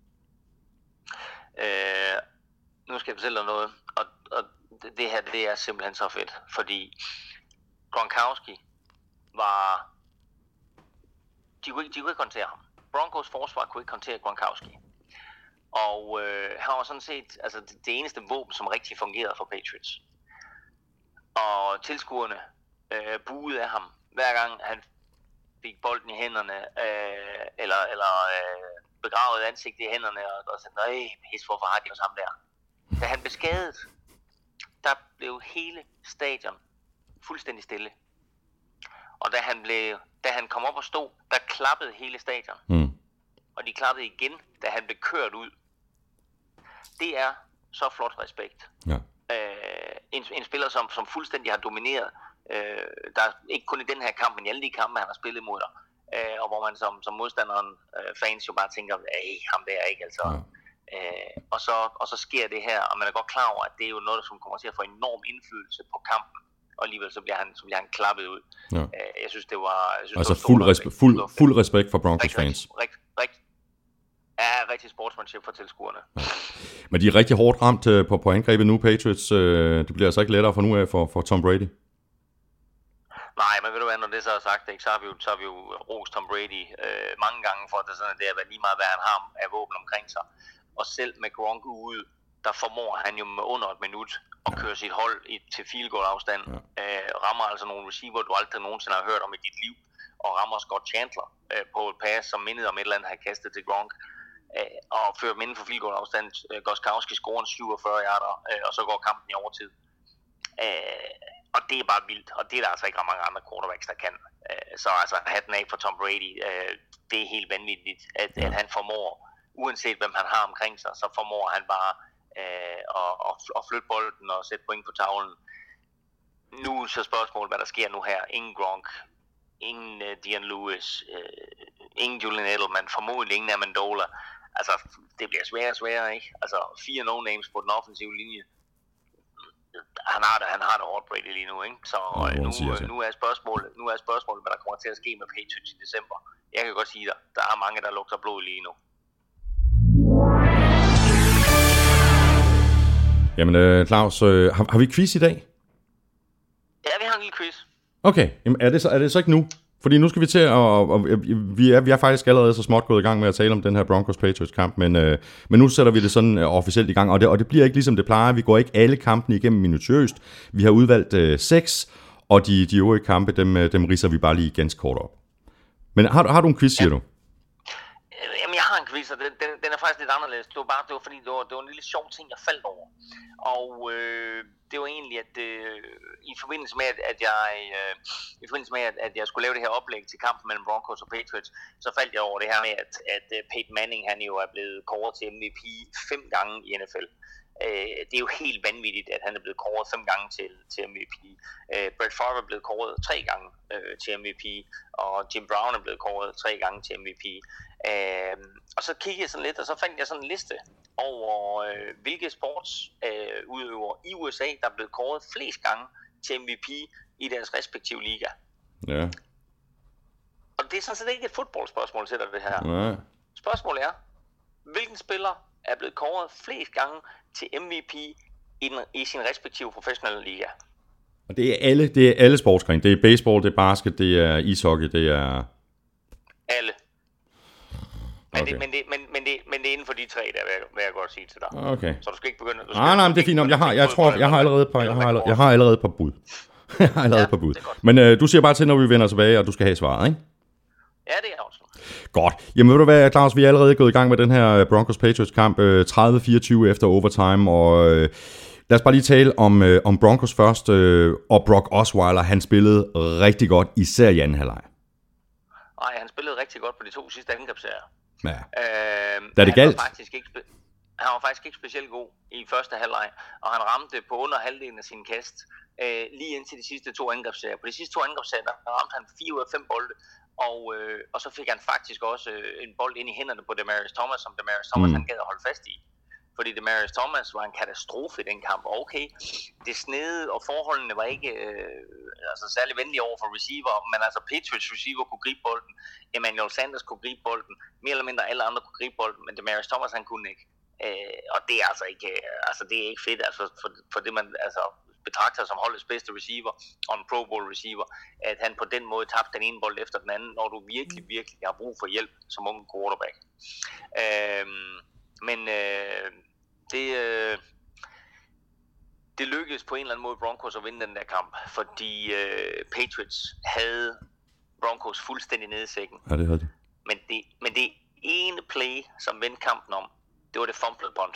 Øh, nu skal jeg fortælle dig noget, og, og det her, det er simpelthen så fedt, fordi Gronkowski var... De kunne, de kunne ikke håndtere ham. Broncos forsvar kunne ikke håndtere Gronkowski. Og øh, han var sådan set altså, det, det eneste våben, som rigtig fungerede for Patriots. Og tilskuerne øh, buede af ham, hver gang han fik bolden i hænderne, øh, eller, eller øh, begravet ansigt i hænderne, og, og sagde, nej, pis, hvorfor har de også ham der? Da han blev skadet, der blev hele stadion fuldstændig stille. Og da han, blev, da han kom op og stod, der klappede hele stadion. Mm. Og de klappede igen, da han blev kørt ud. Det er så flot respekt. Ja. Øh, en, en spiller, som, som fuldstændig har domineret, øh, der er ikke kun i den her kamp, men i alle de kampe, han har spillet mod dig, øh, og hvor man som, som modstanderen, øh, fans jo bare tænker, ej, ham der ikke, altså. Ja. Øh, og, så, og så sker det her, og man er godt klar over, at det er jo noget, som kommer til at få enorm indflydelse på kampen, og alligevel så bliver han, så bliver han klappet ud. Ja. Øh, jeg synes, det var... Jeg synes,
altså
det var
fuld, respe- fuld, fuld respekt for Broncos fans.
Rigtig, rigtig, Ja, rigtig sportsmanship for tilskuerne. Ja.
Men de er rigtig hårdt ramt uh, på, på angrebet nu, Patriots. Uh, det bliver altså ikke lettere for nu af for, for Tom Brady.
Nej, men ved du hvad, når det så er sagt, ikke, så har vi jo, så har vi jo rost Tom Brady øh, mange gange for, at det, sådan, at det er lige meget, hvad han har af våben omkring sig. Og selv med Gronk ude, der formår han jo med under et minut at køre sit hold i, til field goal afstand. Ja. Øh, rammer altså nogle receiver, du aldrig nogensinde har hørt om i dit liv. Og rammer Scott Chandler øh, på et pass, som mindede om et eller andet, han kastet til Gronk. Øh, og fører dem inden for field goal afstand. Øh, Gronkowski scorer syvogfyrre yarder, øh, og så går kampen i overtid. Øh, og det er bare vildt, og det er der altså ikke ret mange andre quarterbacks, der kan. Øh, så altså hatten af for Tom Brady, øh, det er helt vanvittigt, at, ja. at han formår, uanset hvem han har omkring sig, så formår han bare øh, at, at, at flytte bolden og sætte point på tavlen. Nu så spørgsmålet, hvad der sker nu her. Ingen Gronk, ingen uh, Dion Lewis, uh, ingen Julian Edelman, formodentlig ingen Amendola. Altså, det bliver sværere og sværere, ikke? Altså, fire no-names på den offensive linje. Han har det, han har det hårdt Brady lige nu, ikke? Så ja, nu, nu, er spørgsmålet, nu er spørgsmålet, hvad der kommer til at ske med Patriots i december. Jeg kan godt sige dig, der er mange, der lugter blod lige nu.
Jamen, øh, Claus, øh, har, har vi quiz i dag?
Ja, vi har en lille quiz.
Okay, jamen er det så, er det så ikke nu? Fordi nu skal vi til at, og, og, vi, er, vi er faktisk allerede så småt gået i gang med at tale om den her Broncos-Patriots kamp, men, øh, men nu sætter vi det sådan øh, officielt i gang, og det, og det bliver ikke ligesom det plejer. Vi går ikke alle kampene igennem minutiøst. Vi har udvalgt øh, seks, og de, de øvrige kampe, dem, dem ridser vi bare lige ganske kort op. Men har, har du en quiz, siger
ja.
du?
Jamen, jeg har en Fordi så den, den, den er faktisk lidt anderledes. Det var bare, det var fordi, det var, det var en lille sjov ting, jeg faldt over. Og øh, det var egentlig, at øh, i forbindelse med, at, at jeg øh, i forbindelse med, at, at jeg skulle lave det her oplæg til kampen mellem Broncos og Patriots, så faldt jeg over det her med, at, at Peyton Manning, han jo er blevet kåret til M V P fem gange i N F L. Uh, det er jo helt vanvittigt, at han er blevet kåret fem gange til, til M V P. Uh, Brett Favre er blevet kåret tre gange uh, til M V P, og Jim Brown er blevet kåret tre gange til M V P. Uh, og så kiggede jeg sådan lidt, og så fandt jeg sådan en liste over, uh, hvilke sportsudøvere uh, i U S A, der er blevet kåret flest gange til M V P i deres respektive liga.
Ja.
Og det er sådan set ikke et fodboldspørgsmål til dig, det her.
Ja.
Spørgsmålet er, hvilken spiller er blevet kåret flest gange til M V P i, den, i sin respektive professionelle liga?
Og det er alle, det er alle sportsgrene. Det er baseball, det er basket, det er ishockey, det er...
Alle. Men,
Okay.
det, men, det, men, men, det, men det er inden for de tre, der vil jeg, vil jeg godt sige til dig.
Okay.
Så du skal ikke begynde... Du skal,
Nej, nej, men det er fint nok. Jeg har, jeg tror, jeg har allerede på, jeg har allerede, jeg har allerede på bud. Jeg har allerede på bud. Men øh, du siger bare til, når vi vender tilbage, og du skal have svaret, ikke?
Ja, det er også.
Godt. Jamen ved du hvad, Claus, vi er allerede gået i gang med den her Broncos-Patriots-kamp, øh, tredive fireogtyve efter overtime, og øh, lad os bare lige tale om, øh, om Broncos først, øh, og Brock Osweiler, han spillede rigtig godt, især i anden halvleg.
Nej, han spillede rigtig godt på de to sidste angrebsserier.
Ja.
Øh,
Da det galt.
Var faktisk ikke spe- han var faktisk ikke specielt god i første halvleg, og han ramte på under halvdelen af sin kast, øh, lige indtil de sidste to angrebsserier. På de sidste to angrebsserier, der ramte han fire ud af fem bolde, og, øh, og så fik han faktisk også øh, en bold ind i hænderne på Demaryius Thomas, som Demaryius Thomas mm. han gad at holde fast i. Fordi Demaryius Thomas var en katastrofe i den kamp. Okay, det snede, og forholdene var ikke øh, altså særlig venlige over for receiver, men altså Patriots receiver kunne gribe bolden, Emmanuel Sanders kunne gribe bolden, mere eller mindre alle andre kunne gribe bolden, men Demaryius Thomas han kunne ikke. Øh, og det er altså ikke, øh, altså det er ikke fedt, altså for, for det man altså betragter som holdets bedste receiver og en Pro Bowl receiver, at han på den måde tabte den ene bold efter den anden, når du virkelig, virkelig har brug for hjælp som ung quarterback. Øh, men øh, det, øh, det lykkedes på en eller anden måde Broncos at vinde den der kamp, fordi øh, Patriots havde Broncos fuldstændig nede i sækken.
Ja, det havde det.
Men det, men det ene play, som vendte kampen om, det var det fumblede punt.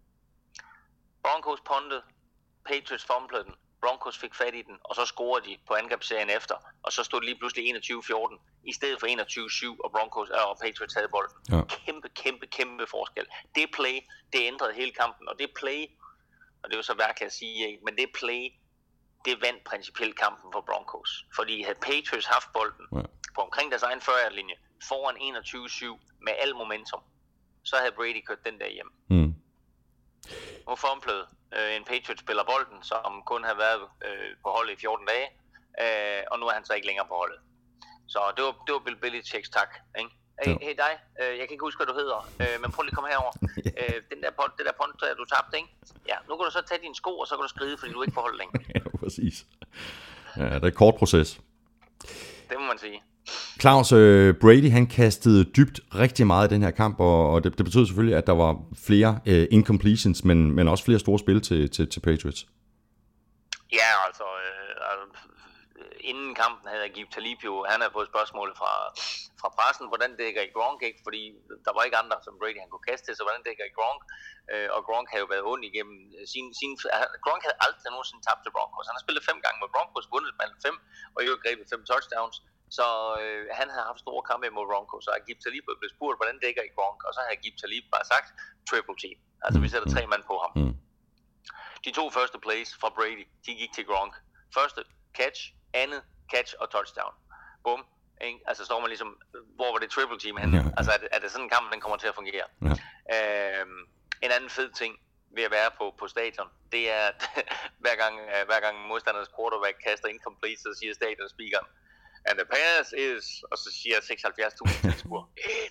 Broncos puntede, Patriots fumblede den, Broncos fik fat i den, og så scorede de på angrebsserien efter, og så stod det lige pludselig enogtyve fjorten, i stedet for enogtyve syv, og Broncos og Patriots havde bolden.
Ja.
Kæmpe, kæmpe, kæmpe forskel. Det play, det ændrede hele kampen, og det play, og det er jo så værkeligt at sige, ikke? Men det play, det vandt principielt kampen for Broncos. Fordi havde Patriots haft bolden ja. på omkring deres egen fyrre-linje, foran enogtyve syv med al momentum, så havde Brady kørt den der hjem.
Mm.
Nu fumblede øh, en Patriots spiller bolden, som kun havde været øh, på holdet i fjorten dage, øh, og nu er han så ikke længere på holdet. Så det var, det var Bill Belichick's tak, ikke? Hey, hey dig, øh, jeg kan ikke huske, hvad du hedder, øh, men prøv lige at komme herover. øh, den der punt, det der punt, du tabte, ikke? Ja, nu kan du så tage dine sko, og så kan du skride, fordi du ikke får holdet længere.
Ja, præcis. Ja, det er et kort proces.
Det må man sige.
Claus, øh, Brady han kastede dybt rigtig meget i den her kamp, og, og det, det betød selvfølgelig, at der var flere øh, incompletions, men, men også flere store spil til, til, til Patriots.
Ja, altså, øh, altså inden kampen havde Aqib Talib jo, han havde fået spørgsmål fra, fra pressen, hvordan dækker I Gronk ikke, fordi der var ikke andre, som Brady han kunne kaste til, så hvordan dækker I Gronk, øh, og Gronk havde jo været ond igennem sin, sin, Gronk havde aldrig nogensinde tabt til Broncos, han har spillet fem gange med Broncos, vundet med fem, og jo grebet fem touchdowns, så øh, han havde haft store kampe mod Broncos, og Aqib Talib blev spurgt, hvordan dækker I Gronk, og så havde Aqib Talib bare sagt, triple team, altså vi sætter tre mand på ham. Mm. De to første plays fra Brady, de gik til Gronk. Første catch, andet catch og touchdown. Bum. Ikke? Altså står man ligesom, hvor var det triple team henne? Ja. Altså er det, er det sådan en kamp, den kommer til at fungere? Ja. Øhm, en anden fed ting ved at være på, på stadion, det er, at hver gang, hver gang modstandernes quarterback kaster incomplete, så siger stadionspeakeren, and the pass is, og så siger seksoghalvfjerds tusind tilskuere,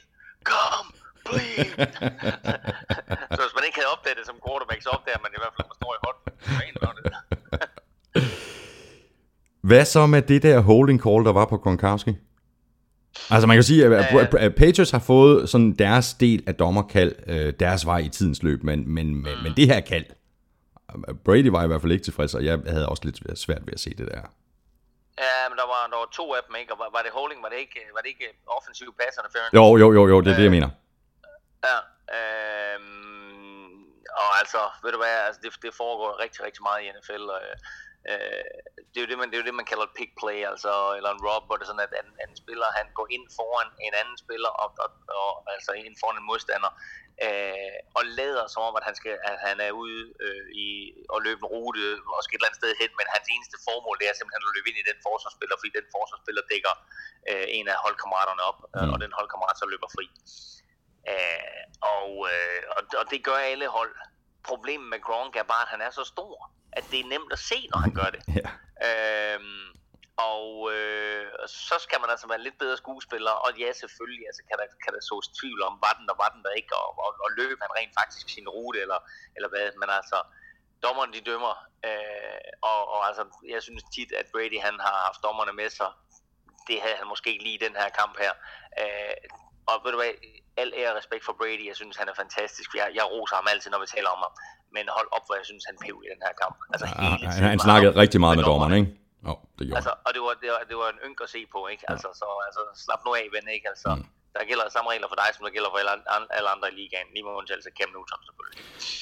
incomplete! Så hvis man ikke havde opdaget det som quarterback, så opdager man i hvert fald, at man står i hånden.
Hvad så med det der holding call, der var på Gronkowski? Altså man kan sige, at Patriots har fået sådan deres del af dommerkald, deres vej i tidens løb, men, men, men, men det her kald, Brady var i hvert fald ikke tilfreds, og jeg havde også lidt svært ved at se det der.
Ja, men der var, der var to af dem, ikke? Og var, var det holding, var det ikke, var det ikke offensive pass interference?
Jo, jo, jo, jo, det er det, jeg mener.
Ja, øh, og altså, ved du hvad, altså det, det foregår rigtig, rigtig meget i N F L, og øh, det, er jo det, man, det er jo det, man kalder et pick play, altså, eller en rob, hvor det er sådan, at en, en spiller, han går ind foran en anden spiller, og, og, og altså ind foran en modstander, øh, og lader som om, at han, skal, at han er ude øh, i at løbe en rute, og skal et eller andet sted hen, men hans eneste formål, det er simpelthen at løbe ind i den forsvarsspiller, fordi den forsvarsspiller dækker øh, en af holdkammeraterne op, mm. og den holdkammerat så løber fri. Uh, og, uh, og, og det gør alle hold. Problemet med Gronk er bare, at han er så stor, at det er nemt at se, når han gør det. yeah. uh, og uh, så skal man altså være lidt bedre skuespiller. Og ja, selvfølgelig altså, kan, der, kan der sås tvivl om, var den der, var den der ikke, og, og, og løb han rent faktisk sin rute, eller, eller hvad. Men altså, dommerne de dømmer. Uh, og, og altså, jeg synes tit, at Brady han har haft dommerne med sig. Det havde han måske ikke lige i den her kamp her. Uh, og ved du hvad, al ære og respekt for Brady, jeg synes, han er fantastisk. Jeg, jeg roser ham altid, når vi taler om ham. Men hold op, hvor jeg synes, han pev i den her kamp. Altså,
ja, han, han snakkede rigtig meget med, med dommeren, ikke?
Jo, oh, det gjorde altså, og det var, det, var, det var en ynk at se på, ikke? Altså, ja. så altså, slap nu af, ven, ikke? Altså, mm. der gælder samme regler for dig, som der gælder for alle, alle andre i ligaen. Lige med undtagelse Cam Newton, selvfølgelig.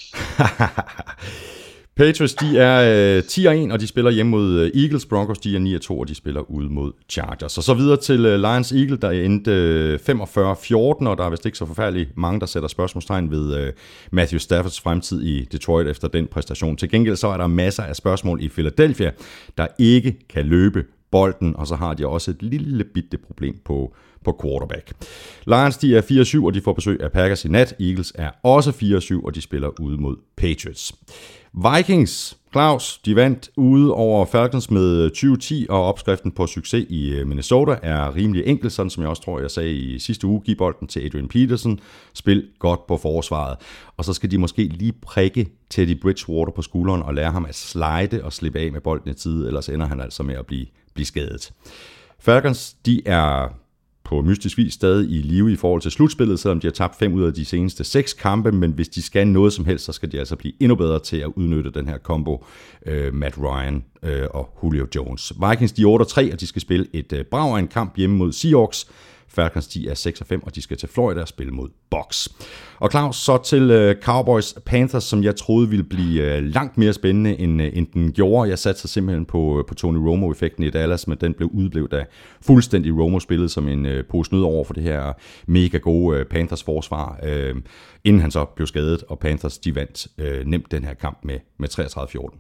Patriots, de er øh, ti og en, og de spiller hjemme mod øh, Eagles. Broncos, de er ni og to, og de spiller ude mod Chargers. Og så videre til øh, Lions Eagles, der endte øh, femogfyrre fjorten, og der er vist ikke så forfærdeligt mange, der sætter spørgsmålstegn ved øh, Matthew Staffords fremtid i Detroit efter den præstation. Til gengæld så er der masser af spørgsmål i Philadelphia, der ikke kan løbe bolden, og så har de også et lille bitte problem på på quarterback. Lions, de er fire og syv, og de får besøg af Packers i nat. Eagles er også fire og syv, og de spiller ude mod Patriots. Vikings, Claus, de vandt ude over Falcons med tyve ti, og opskriften på succes i Minnesota er rimelig enkel, sådan som jeg også tror, jeg sagde i sidste uge. Giv bolden til Adrian Peterson, spil godt på forsvaret, og så skal de måske lige prikke Teddy Bridgewater på skulderen og lære ham at slide og slippe af med bolden i tide, ellers ender han altså med at blive, blive skadet. Falcons, de er på mystisk vis stadig i live i forhold til slutspillet, selvom de har tabt fem ud af de seneste seks kampe, men hvis de skal noget som helst, så skal de altså blive endnu bedre til at udnytte den her combo, øh, Matt Ryan øh, og Julio Jones. Vikings, de er otte og tre, og de skal spille et øh, brag af en kamp hjemme mod Seahawks. Falcons, de er seks og fem, og de skal til Florida og spille mod Bucs. Og Claus, så til øh, Cowboys Panthers, som jeg troede ville blive øh, langt mere spændende, end, øh, end den gjorde. Jeg satte sig simpelthen på, på Tony Romo-effekten i Dallas, men den blev udblevet af fuldstændig Romo spillet som en øh, pose snyd over for det her mega gode øh, Panthers forsvar, øh, inden han så blev skadet, og Panthers, de vandt øh, nemt den her kamp med, med treogtredive fjorten.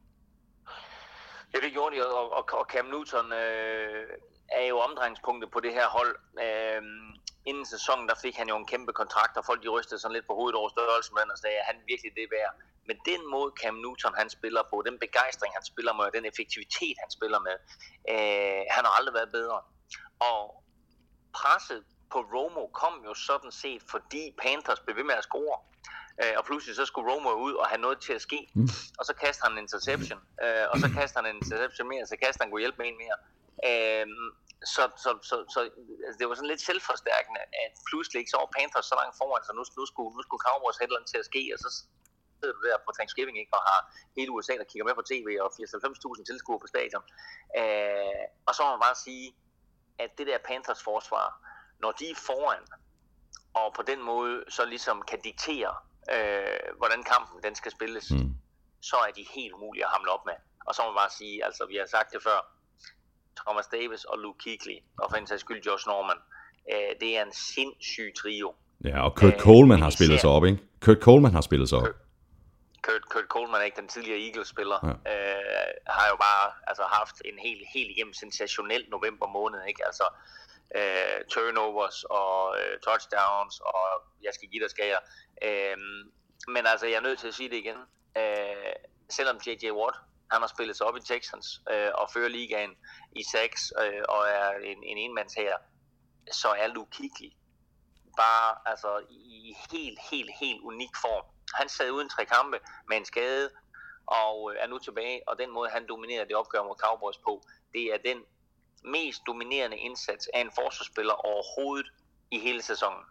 Ja, det gjorde de, og, og, og Cam Newton øh, er jo omdrejningspunktet på det her hold. Øh, inden sæsonen, der fik han jo en kæmpe kontrakt, og folk de rystede sådan lidt på hovedet over størrelsen, og sagde, at han virkelig det værd. Men den måde Cam Newton han spiller på, den begejstring han spiller med, den effektivitet han spiller med, øh, han har aldrig været bedre. Og presset på Romo kom jo sådan set, fordi Panthers blev ved med at score. Uh, og pludselig så skulle Romo ud og have noget til at ske. Mm. Og så kaster han en interception. Uh, og så kaster han en interception mere, så kaster han kunne hjælpe med en mere. Uh, så, så, så, så altså, det var sådan lidt selvforstærkende, at pludselig ikke så var Panthers så langt foran, så nu, nu, skulle, nu skulle Cowboys have et eller andet til at ske, og så sidder du der på Thanksgiving, ikke, og har hele U S A, der kigger med på tv, og fireoghalvfems tusind tilskuere på stadion. Uh, og så må man bare sige, at det der Panthers forsvar, når de er foran, og på den måde så ligesom kan diktere, Øh, hvordan kampen den skal spilles, mm. så er de helt umulige at hamle op med. Og så må man bare sige, altså vi har sagt det før, Thomas Davis og Luke Kuechly, og for en sags skyld Josh Norman, øh, det er en sindssyg trio.
Ja, og Kurt øh, Coleman har spillet sig op, ikke? Kurt Coleman har spillet sig op.
Kurt, Kurt Coleman er ikke den tidligere Eagles-spiller, ja. øh, har jo bare altså, haft en helt, helt igennem sensationel november måned, ikke? Altså Uh, turnovers og uh, touchdowns, og jeg skal give dig skære. Uh, men altså, jeg er nødt til at sige det igen. Uh, selvom J J Watt, han har spillet sig op i Texans uh, og fører ligaen i seks uh, og er en, en enmands her, så er Luke Kuechly bare altså, i helt, helt, helt unik form. Han sad uden tre kampe med en skade, og uh, er nu tilbage, og den måde, han dominerer det opgør mod Cowboys på, det er den mest dominerende indsats af en forsvarsspiller overhovedet i hele sæsonen.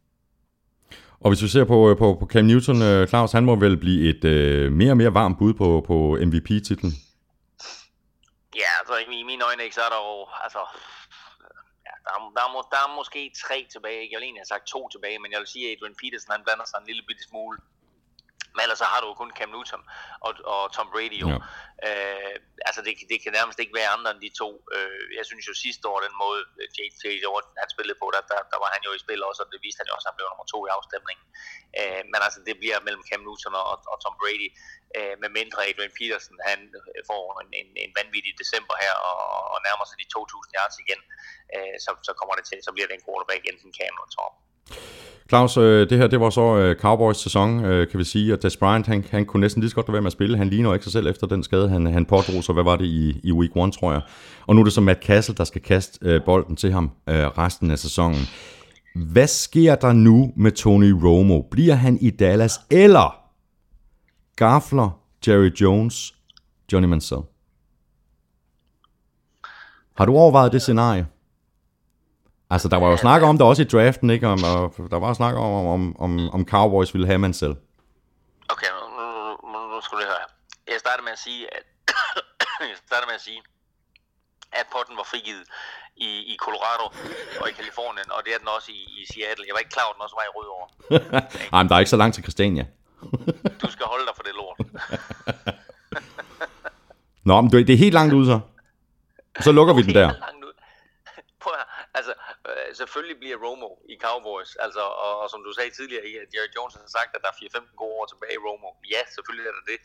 Og hvis vi ser på, på, på Cam Newton, Claus, han må vel blive et øh, mere og mere varmt bud på, på M V P-titlen?
Ja, altså i mine øjne ikke, så er der jo, altså, ja, der, er, der, er, der er måske tre tilbage. Jeg vil egentlig have sagt to tilbage, men jeg vil sige, at Adrian Peterson, han blander sig en lille bitte smule. Men ellers så har du jo kun Cam Newton og, og Tom Brady jo. Ja. Øh, altså det, det kan nærmest ikke være andre end de to. Øh, jeg synes jo sidste år, den måde J J Jordan han spillede på, der, der, der var han jo i spil også, og det viste han jo også, at han blev nummer to i afstemningen. Øh, men altså det bliver mellem Cam Newton og, og Tom Brady, øh, med mindre Adrian Peterson, han får en, en, en vanvittig december her og, og nærmer sig de to tusind yards igen, øh, så, så kommer det til, så bliver det en quarterback enten Cam eller Tom.
Claus, det her det var så Cowboys sæson, kan vi sige, at Dez Bryant, han, han kunne næsten lige så godt lade være med at spille. Han ligner ikke sig selv efter den skade, han, han pådrog sig. Hvad var det i, i week one, tror jeg. Og nu er det så Matt Cassel, der skal kaste øh, bolden til ham øh, resten af sæsonen. Hvad sker der nu med Tony Romo? Bliver han i Dallas, eller gafler Jerry Jones Johnny Manziel? Har du overvejet det scenarie? Altså, der var jo snak om det også i draften, ikke? Om, og der var snak om, om, om, om Cowboys ville have Manziel.
Okay, nu, nu, nu skal du høre. Jeg starter med at sige, at jeg starter med at sige, at potten var frigivet i, i Colorado og i Kalifornien, og det er den også i, i Seattle. Jeg var ikke klar over, at den også var i Rødovre.
Ej, men der er ikke så langt til Christiania.
Du skal holde dig for det lort.
Nå, men det er helt langt ud så. Så lukker vi den der.
Altså, øh, selvfølgelig bliver Romo i Cowboys, altså, og, og som du sagde tidligere, at Jerry Jones har sagt, at der er fire til femten gode år tilbage i Romo. Ja, selvfølgelig er der det.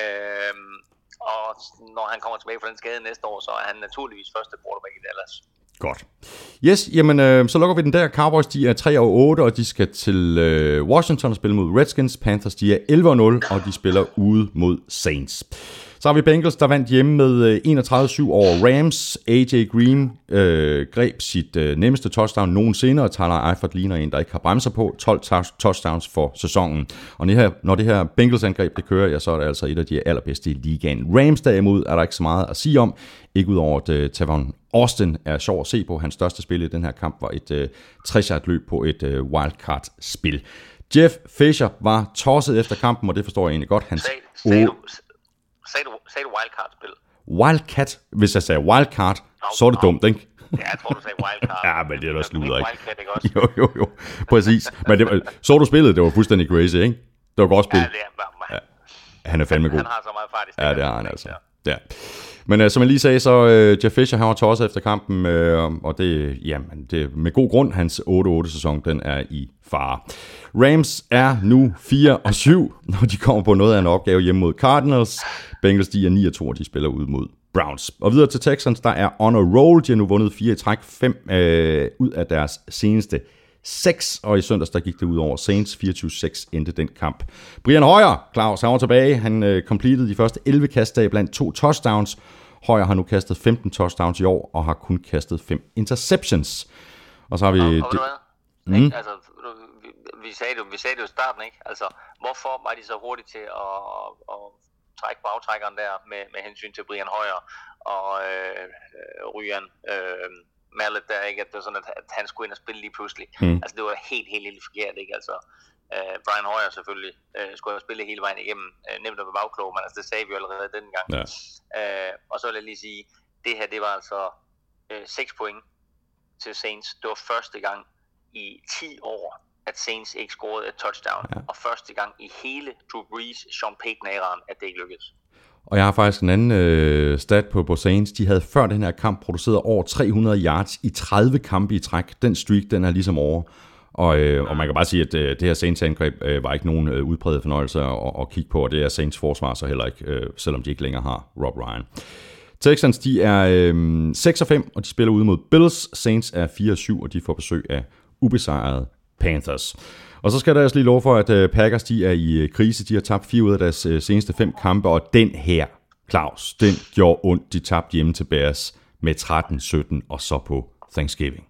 Øhm, og når han kommer tilbage fra den skade næste år, så er han naturligvis første quarterback i Dallas.
Godt. Yes, jamen øh, så lukker vi den der. Cowboys, de er tre og otte, og de skal til øh, Washington og spille mod Redskins. Panthers, de er elleve og nul, og de spiller ude mod Saints. Så har vi Bengals, der vandt hjemme med enogtredive syv over Rams. A J Green øh, greb sit øh, nemmeste touchdown nogensinde, og Tyler Eifert ligner en, der ikke har bremser på. tolv touchdowns for sæsonen. Og når det her, når det her Bengals-angreb det kører, ja, så er det altså et af de allerbedste i ligaen. Rams derimod er der ikke så meget at sige om. Ikke udover at uh, Tavon Austin er sjov at se på. Hans største spil i den her kamp var et uh, tres-yard løb på et uh, wildcard-spil. Jeff Fisher var tosset efter kampen, og det forstår jeg egentlig godt. Hans
Sag, sagde, du, sagde, du, sagde du wildcard-spil?
Wildcat? Hvis jeg sagde wildcard, no, så er det no. dumt, ikke?
Ja, jeg tror, du sagde wildcard.
Ja, men det er da sluder, ikke?
Wildcat, ikke også?
Jo, jo, jo. Præcis. Men det var, så du spillet, det var fuldstændig crazy, ikke? Det var godt spil.
Ja, det er bare...
Ja. Han er fandme god.
Han har så meget fart i stedet.
Ja, det har han altså. Ja. Men uh, som jeg lige sagde, så uh, Jeff Fisher, han var tosset efter kampen, uh, og det, jamen, det med god grund, hans otte otte sæson, den er i fare. Rams er nu fire og syv, når de kommer på noget af en opgave hjemme mod Cardinals. Bengals, de er ni og to, og de spiller ud mod Browns. Og videre til Texans, der er on a roll. De har nu vundet fire i træk, fem øh, ud af deres seneste seks, og i søndags der gik det ud over Saints. fireogtyve seks endte den kamp. Brian Hoyer, Claus, han var tilbage. Han øh, completed de første elleve kastdage blandt to touchdowns. Hoyer har nu kastet femten touchdowns i år, og har kun kastet fem interceptions. Og så har vi...
Og, og det, mm. altså, vi, vi, sagde det, vi sagde det jo i starten, ikke? Altså, hvorfor var de så hurtigt til at, at trække på aftrækkeren der med, med hensyn til Brian Hoyer og øh, Ryan øh, Mallet der, ikke? At det var sådan, at, at han skulle ind og spille lige pludselig. Mm. Altså, det var helt, helt, helt forkert, ikke? Altså, øh, Brian Hoyer selvfølgelig øh, skulle have spillet hele vejen igennem. Øh, nemt at være bagklog, men altså, det sagde vi jo allerede dengang. Ja. Øh, og så vil jeg lige sige, det her, det var altså øh, seks point til Saints. Det var første gang i ti år, at Saints ikke scorede et touchdown. Ja. Og første gang i hele Drew Brees, Sean Payton-æraen, at det ikke lykkedes.
Og jeg har faktisk en anden øh, stat på, på Saints. De havde før den her kamp produceret over tre hundrede yards i tredive kampe i træk. Den streak, den er ligesom over. Og, øh, og man kan bare sige, at øh, det her Saints-angreb øh, var ikke nogen øh, udpræget fornøjelse at, at kigge på, og det er Saints forsvar så heller ikke, øh, selvom de ikke længere har Rob Ryan. Texans, de er øh, seks og fem, og de spiller ude mod Bills. Saints er fire og syv, og de får besøg af ubesejrede Panthers. Og så skal der også lige lov for, at uh, Packers, de er i uh, krise. De har tabt fire ud af deres uh, seneste fem kampe, og den her, Claus, den gjorde ondt. De tabte hjemme til Bears med tretten sytten, og så på Thanksgiving.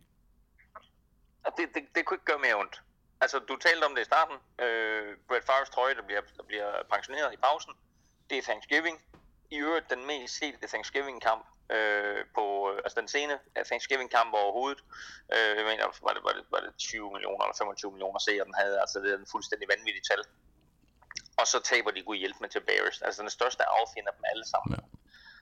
Det, det, det kunne ikke gøre mere ondt. Altså, du talte om det i starten. Uh, Brett Favres trøje, der bliver, der bliver pensioneret i pausen. Det er Thanksgiving. I øvrigt den mest sete Thanksgiving-kamp øh, på, altså den sene Thanksgiving-kamp overhovedet. Øh, jeg mener, var det, var, det, var det tyve millioner eller femogtyve millioner seere, den havde, altså det er en fuldstændig vanvittig tal. Og så taber de Gud hjælp med til Bears, altså den største affjende af dem alle sammen. Ja.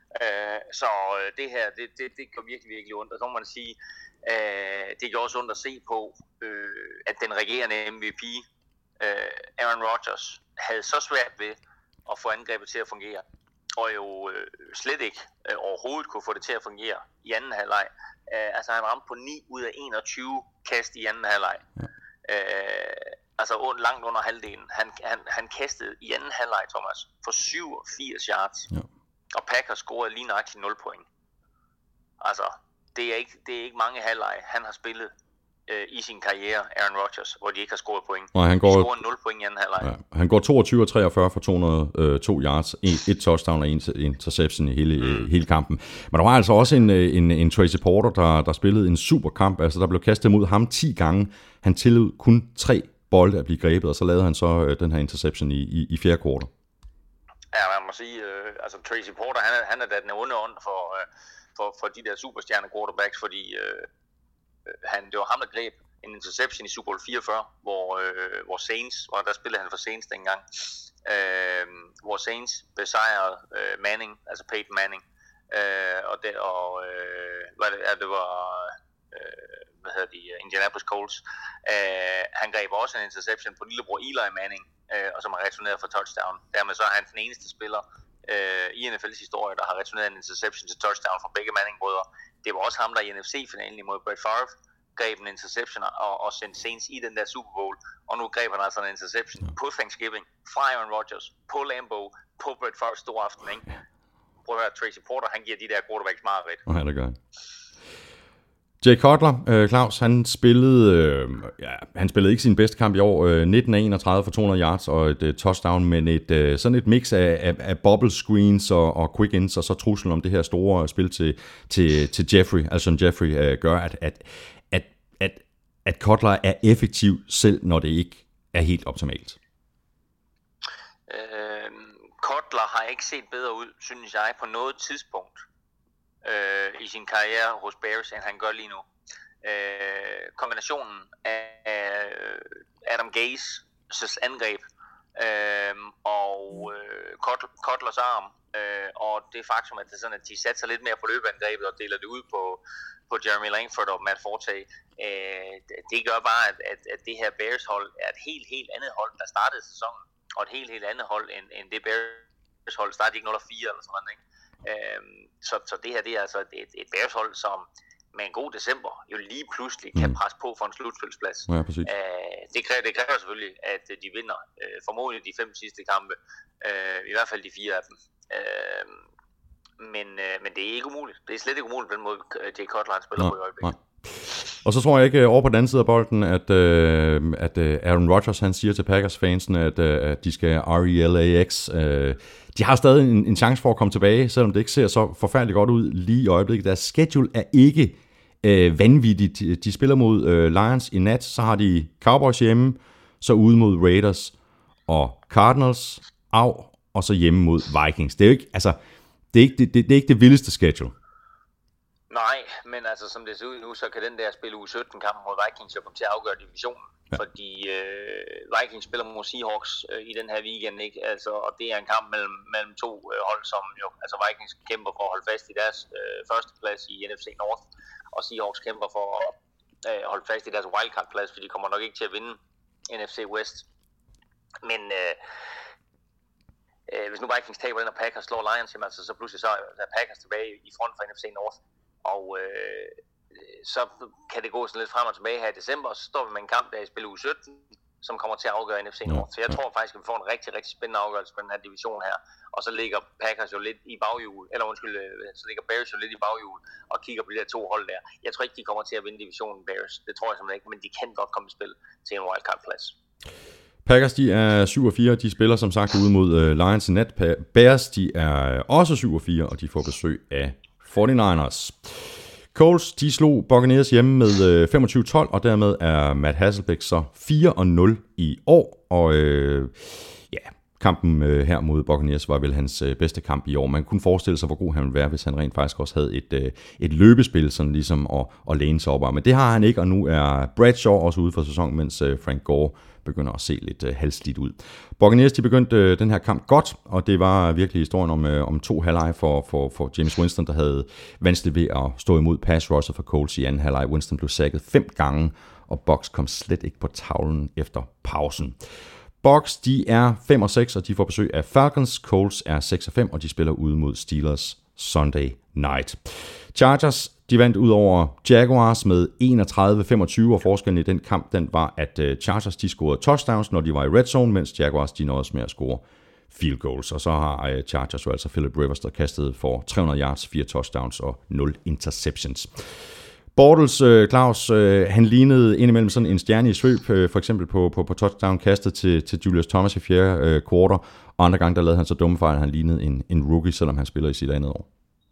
Øh, så det her, det, det, det gør virkelig, virkelig ondt. Og så må man sige, øh, det gør også ondt at se på, øh, at den regerende M V P, øh, Aaron Rodgers, havde så svært ved at få angrebet til at fungere. Og jo øh, slet ikke øh, overhovedet kunne få det til at fungere i anden halvleg. Øh, altså han ramte på ni ud af enogtyve kast i anden halvleg. Ja. Øh, altså langt under halvdelen. Han, han, han kastede i anden halvleg, Thomas, for syvogfirs yards. Ja. Og Packers scorede lige nøjagtigt nul point. Altså, det er ikke, det er ikke mange halvleje, han har spillet øh, i sin karriere, Aaron Rodgers, hvor de ikke har scoret point.
Og han går,
de scorede nul point i anden halvleg. Ja,
han går toogtyve og treogfyrre for to hundrede og to yards, et, et touchdown og en interception i hele, mm. hele kampen. Men der var altså også en, en, en Tracy Porter, der, der spillede en super kamp. Altså, der blev kastet mod ham ti gange. Han tillod kun tre bolde at blive grebet, og så lavede han så øh, den her interception i, i, i fjerde kvartal.
Ja, man må sige, øh, altså Tracy Porter, han er, han er da den onde ånd for, øh, for, for de der superstjerne quarterbacks, fordi øh, han, det var ham, der greb en interception i Super Bowl fireogfyrre, hvor, øh, hvor Saints, hvor der spillede han for Saints dengang, øh, hvor Saints besejrede øh, Manning, altså Peyton Manning, øh, og det, og, øh, hvad det, ja, det var... Øh, hvad hedder de, Indianapolis Colts. Uh, han greb også en interception på lillebror Eli Manning, uh, og som har returneret for touchdown. Dermed så er han den eneste spiller uh, i N F L's historie, der har returneret en interception til touchdown fra begge Manning-brødre. Det var også ham, der i N F C-finalen imod Brett Favre greb en interception og, og sendte Saints i den der Super Bowl. Og nu greb han altså en interception på Thanksgiving fra Aaron Rodgers, på Lambeau, på Brett Favres store aften. Ikke? Prøv at høre, Tracy Porter, han giver de der quarterbacks meget ret.
Ja, det gør. Jay Cutler, øh, Claus, han spillede, øh, ja, han spillede ikke sin bedste kamp i år, øh, nitten af enogtredive for to hundrede yards og et øh, touchdown, men et, øh, sådan et mix af, af, af bubble screens og, og quick ins, og så truslen om det her store spil til, til, til Jeffrey, altså Jeffrey, øh, gør, at, at, at, at, at Cutler er effektiv, selv når det ikke er helt optimalt.
Øh, Cutler har ikke set bedre ud, synes jeg, på noget tidspunkt Øh, i sin karriere hos Bears, end han gør lige nu. Øh, kombinationen af Adam Gaze's angreb øh, og øh, Cutlers arm øh, og det faktum, at, det er sådan, at de satser lidt mere på løbeangrebet og deler det ud på, på Jeremy Langford og Matt Forte, øh, det gør bare, at, at, at det her Bears-hold er et helt, helt andet hold, der startede sæsonen, og et helt, helt andet hold, end, end det Bears-hold startede ikke nul fire eller sådan noget, ikke? Øhm, så, så det her det er altså et, et Bears-hold, som med en god december jo lige pludselig kan presse på for en slutspilsplads.
Ja,
øh, det, kræver, det kræver selvfølgelig, at de vinder øh, formodentlig de fem sidste kampe, øh, i hvert fald de fire af dem. Øh, men, øh, men det er ikke umuligt. Det er slet ikke umuligt på den måde, Jay Cutler spiller nej, på i øjeblikket. Nej.
Og så tror jeg ikke over på den anden side af bolden, at, øh, at Aaron Rodgers han siger til Packers-fansen, at, øh, at de skal R E L A X. Øh, de har stadig en, en chance for at komme tilbage, selvom det ikke ser så forfærdeligt godt ud lige i øjeblikket. Deres schedule er ikke øh, vanvittigt. De spiller mod øh, Lions i nat, så har de Cowboys hjemme, så ude mod Raiders og Cardinals, af, og så hjemme mod Vikings. Det er jo ikke, altså, det er ikke det, det, det, er ikke det vildeste schedule.
Nej, men altså som det ser ud nu, så kan den der spille uge sytten kamp mod Vikings jo komme til at afgøre divisionen. Ja. Fordi øh, Vikings spiller mod Seahawks øh, i den her weekend, ikke? Altså, og det er en kamp mellem, mellem to øh, hold, som jo, altså Vikings kæmper for at holde fast i deres øh, første plads i N F C North, og Seahawks kæmper for at øh, holde fast i deres wildcard-plads, for de kommer nok ikke til at vinde N F C West. Men øh, øh, hvis nu Vikings taber den, og Packers slår Lions, jamen, altså, så pludselig så er Packers tilbage i front for N F C North. Og øh, så kan det gå sådan lidt frem og tilbage her i december, og så står vi med en kamp, der er i spil uge sytten, som kommer til at afgøre N F C North. Så jeg tror faktisk, at vi får en rigtig, rigtig spændende afgørelse på den her division her. Og så ligger Packers jo lidt i baghjul, eller undskyld, så ligger Bears jo lidt i baghjul og kigger på de der to hold der. Jeg tror ikke, de kommer til at vinde divisionen Bears. Det tror jeg simpelthen ikke, men de kan godt komme i spil til en wildcard-plads.
Packers, de er syv og fire, de spiller som sagt ude mod uh, Lions i nat. Bears, de er også syv og fire, og de får besøg af forty-niners. Colts, de slog Buccaneers hjemme med femogtyve tolv, og dermed er Matt Hasselbeck så fire og nul i år. Og øh, ja, Kampen øh, her mod Buccaneers var vel hans øh, bedste kamp i år. Man kunne forestille sig, hvor god han ville være, hvis han rent faktisk også havde et, øh, et løbespil, sådan ligesom at, at læne sig op af. Men det har han ikke, og nu er Bradshaw også ude for sæsonen, mens øh, Frank Gore begynder at se lidt øh, halvslidt ud. Buccaneers, de begyndte øh, den her kamp godt, og det var virkelig historien om, øh, om to halvleg for, for, for James Winston, der havde vanskeligt ved at stå imod pass rusher for Colts i anden halvleg. Winston blev sacket fem gange, og Bucs kom slet ikke på tavlen efter pausen. Bucs, de er fem og seks, og de får besøg af Falcons. Colts er seks og fem, og de spiller ude mod Steelers Sunday night. Chargers, de vandt ud over Jaguars med enogtredive femogtyve, og forskellen i den kamp, den var, at Chargers, de scorede touchdowns, når de var i red zone, mens Jaguars, de nåede med at score field goals. Og så har Chargers jo altså Philip Rivers, der kastede for tre hundrede yards, fire touchdowns og nul interceptions. Bortles, øh, Claus, øh, han lignede indimellem sådan en stjerne i svøb, øh, for eksempel på, på, på touchdown-kastet til, til Julius Thomas i fjerde øh, quarter, og andre gange, der lavede han så dumme fejl, han lignede en, en rookie, selvom han spiller i sit andet år.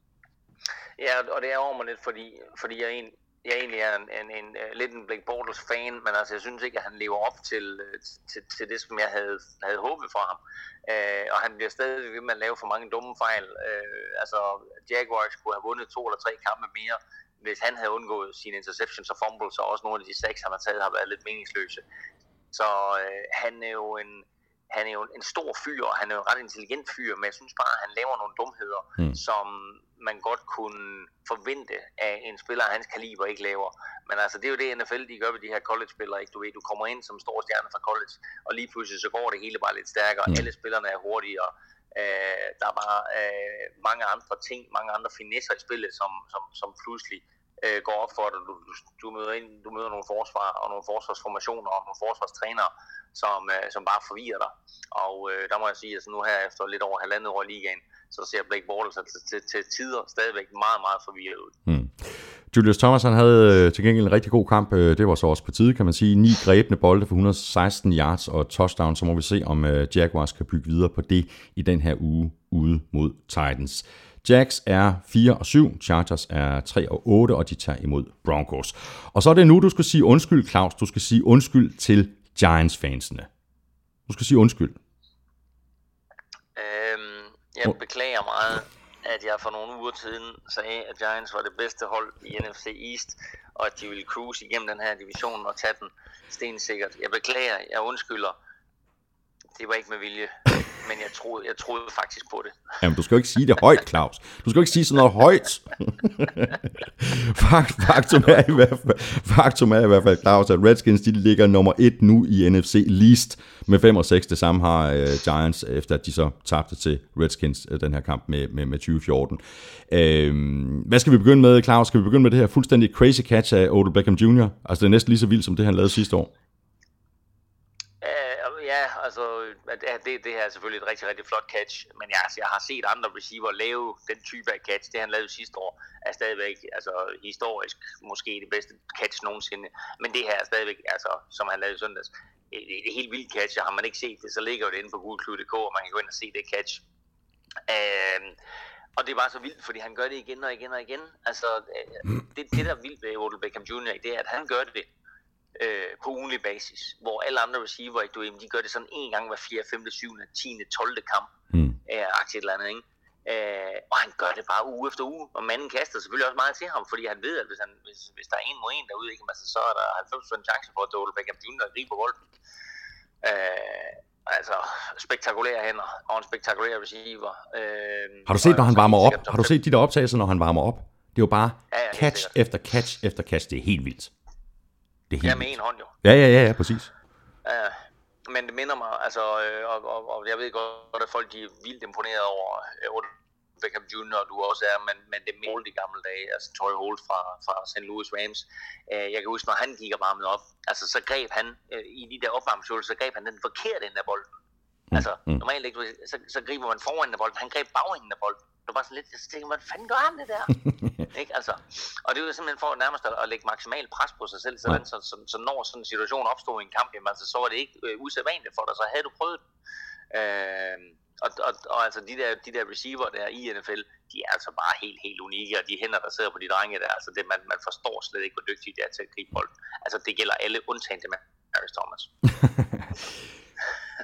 Ja, og det er over mig lidt, fordi, fordi jeg, en, jeg egentlig er en, en, en, en, lidt en Blake Bortles-fan, men altså, jeg synes ikke, at han lever op til, til, til det, som jeg havde, havde håbet for ham. Øh, og han bliver stadig ved med at lave for mange dumme fejl. Øh, altså, Jaguars kunne have vundet to eller tre kampe mere, hvis han havde undgået sine interceptions og fumbles, og også nogle af de seks, han har taget, har været lidt meningsløse. Så øh, han er jo en, han er jo en stor fyr, og han er jo en ret intelligent fyr, men jeg synes bare, at han laver nogle dumheder, mm. som man godt kunne forvente af en spiller af hans kaliber ikke laver. Men altså, det er jo det N F L, de gør ved de her college-spillere, ikke? Du ved, du kommer ind som stor stjerne fra college, og lige pludselig så går det hele bare lidt stærkere, mm. alle spillerne er hurtigere, øh, der er bare øh, mange andre ting, mange andre finesser i spillet, som, som, som pludselig øh, går op for dig. Du, du, du, møder ind, du møder nogle forsvar og nogle forsvarsformationer og nogle forsvarstrænere, som, øh, som bare forvirrer dig. Og øh, der må jeg sige, at altså, nu her efter lidt over halvandet år i ligaen, så ser Blake Bortles til, til, til tider stadigvæk meget, meget forvirret ud. Hmm.
Julius Thomas, han havde til gengæld en rigtig god kamp. Det var så også på tide, kan man sige. Ni grebne bolde for et hundrede og seksten yards og touchdown. Så må vi se, om Jaguars kan bygge videre på det i den her uge ude mod Titans. Jags er fire og syv, Chargers er tre og otte, og de tager imod Broncos. Og så er det nu, du skal sige undskyld, Claus. Du skal sige undskyld til Giants-fansene. Du skal sige undskyld.
Øhm, jeg beklager meget, at jeg for nogle uger siden sagde, at Giants var det bedste hold i N F C East, og at de ville cruise igennem den her division og tage den stensikkert. Jeg beklager, jeg undskylder. Det var ikke med vilje, men jeg troede, jeg troede faktisk på det.
Jamen, du skal jo ikke sige det højt, Claus. Du skal jo ikke sige sådan noget højt. Faktum er i hvert fald, faktum er i hvert fald, Claus, at Redskins, de ligger nummer et nu i N F C Least med fem og seks. Det samme har uh, Giants, efter at de så tabte til Redskins uh, den her kamp med, med, med tyve fjorten. Uh, hvad skal vi begynde med, Claus? Skal vi begynde med det her fuldstændig crazy catch af Odell Beckham junior? Altså, det er næsten lige så vildt, som det han lavede sidste år.
Ja, altså, det, det her er selvfølgelig et rigtig, rigtig flot catch, men jeg, altså, jeg har set andre receiver lave den type af catch, det han lavede sidste år, er stadigvæk, altså historisk, måske det bedste catch nogensinde, men det her er stadigvæk, altså, som han lavede i søndags, det er helt vildt catch, og har man ikke set det, så ligger det inde på gulklud punktum d k, og man kan gå ind og se det catch. Øhm, og det er bare så vildt, fordi han gør det igen og igen og igen. Altså, det, det der er vildt ved Odell Beckham junior, det er, at han gør det Øh, på ugenlig basis, hvor alle andre receiver, ikke, du, de gør det sådan en gang hver fjerde, femte, syvende, tiende, tolvte kamp, mm. øh, aktivt eller andet, ikke? Øh, og han gør det bare uge efter uge, og manden kaster selvfølgelig også meget til ham, fordi han ved, at hvis, han, hvis, hvis der er en mod en derude, ikke, altså, så er der halvfems procent chance for, at Odell Beckham junior griber bolden. Øh, altså, spektakulære hænder, og en spektakulær receiver. Øh,
har du set, når han varmer op? Har du set de der optagelser, når han varmer op? Det er jo bare ja, ja, catch efter catch efter catch, det er helt vildt. Det er
ja, med en hånd jo.
Ja, ja, ja, ja, præcis.
Ja, men det minder mig, altså, og, og, og jeg ved godt, at folk de er vildt imponeret over Odell Beckham junior, og du også er, men, men det er mål de gamle dage, altså Torrey Holt fra, fra Saint Louis Rams. Jeg kan huske, når han gik og varmede op, altså så greb han, i de der opvarmningsøvelser, så greb han den forkerte ende af bolden. Altså, mm. normalt ikke, så, så griber man foran af bolden, han greb bagenden af bolden. Det var bare sådan lidt, så tænkte man, hvad fanden gør han det der? Ikke, altså. Og det er jo simpelthen for nærmest at, at lægge maksimal pres på sig selv, sådan, så, så, så når sådan en situation opstod i en kamp, jamen, altså, så var det ikke øh, usædvanligt for dig, så havde du prøvet det. Øh, og, og, og altså de der, de der receiver der i N F L, de er altså bare helt, helt unikke, og de hænder, der sidder på de drenge der, altså det, man, man forstår slet ikke, hvor dygtige de er til at gribe bolden. Altså det gælder alle undtagen til Marius Thomas.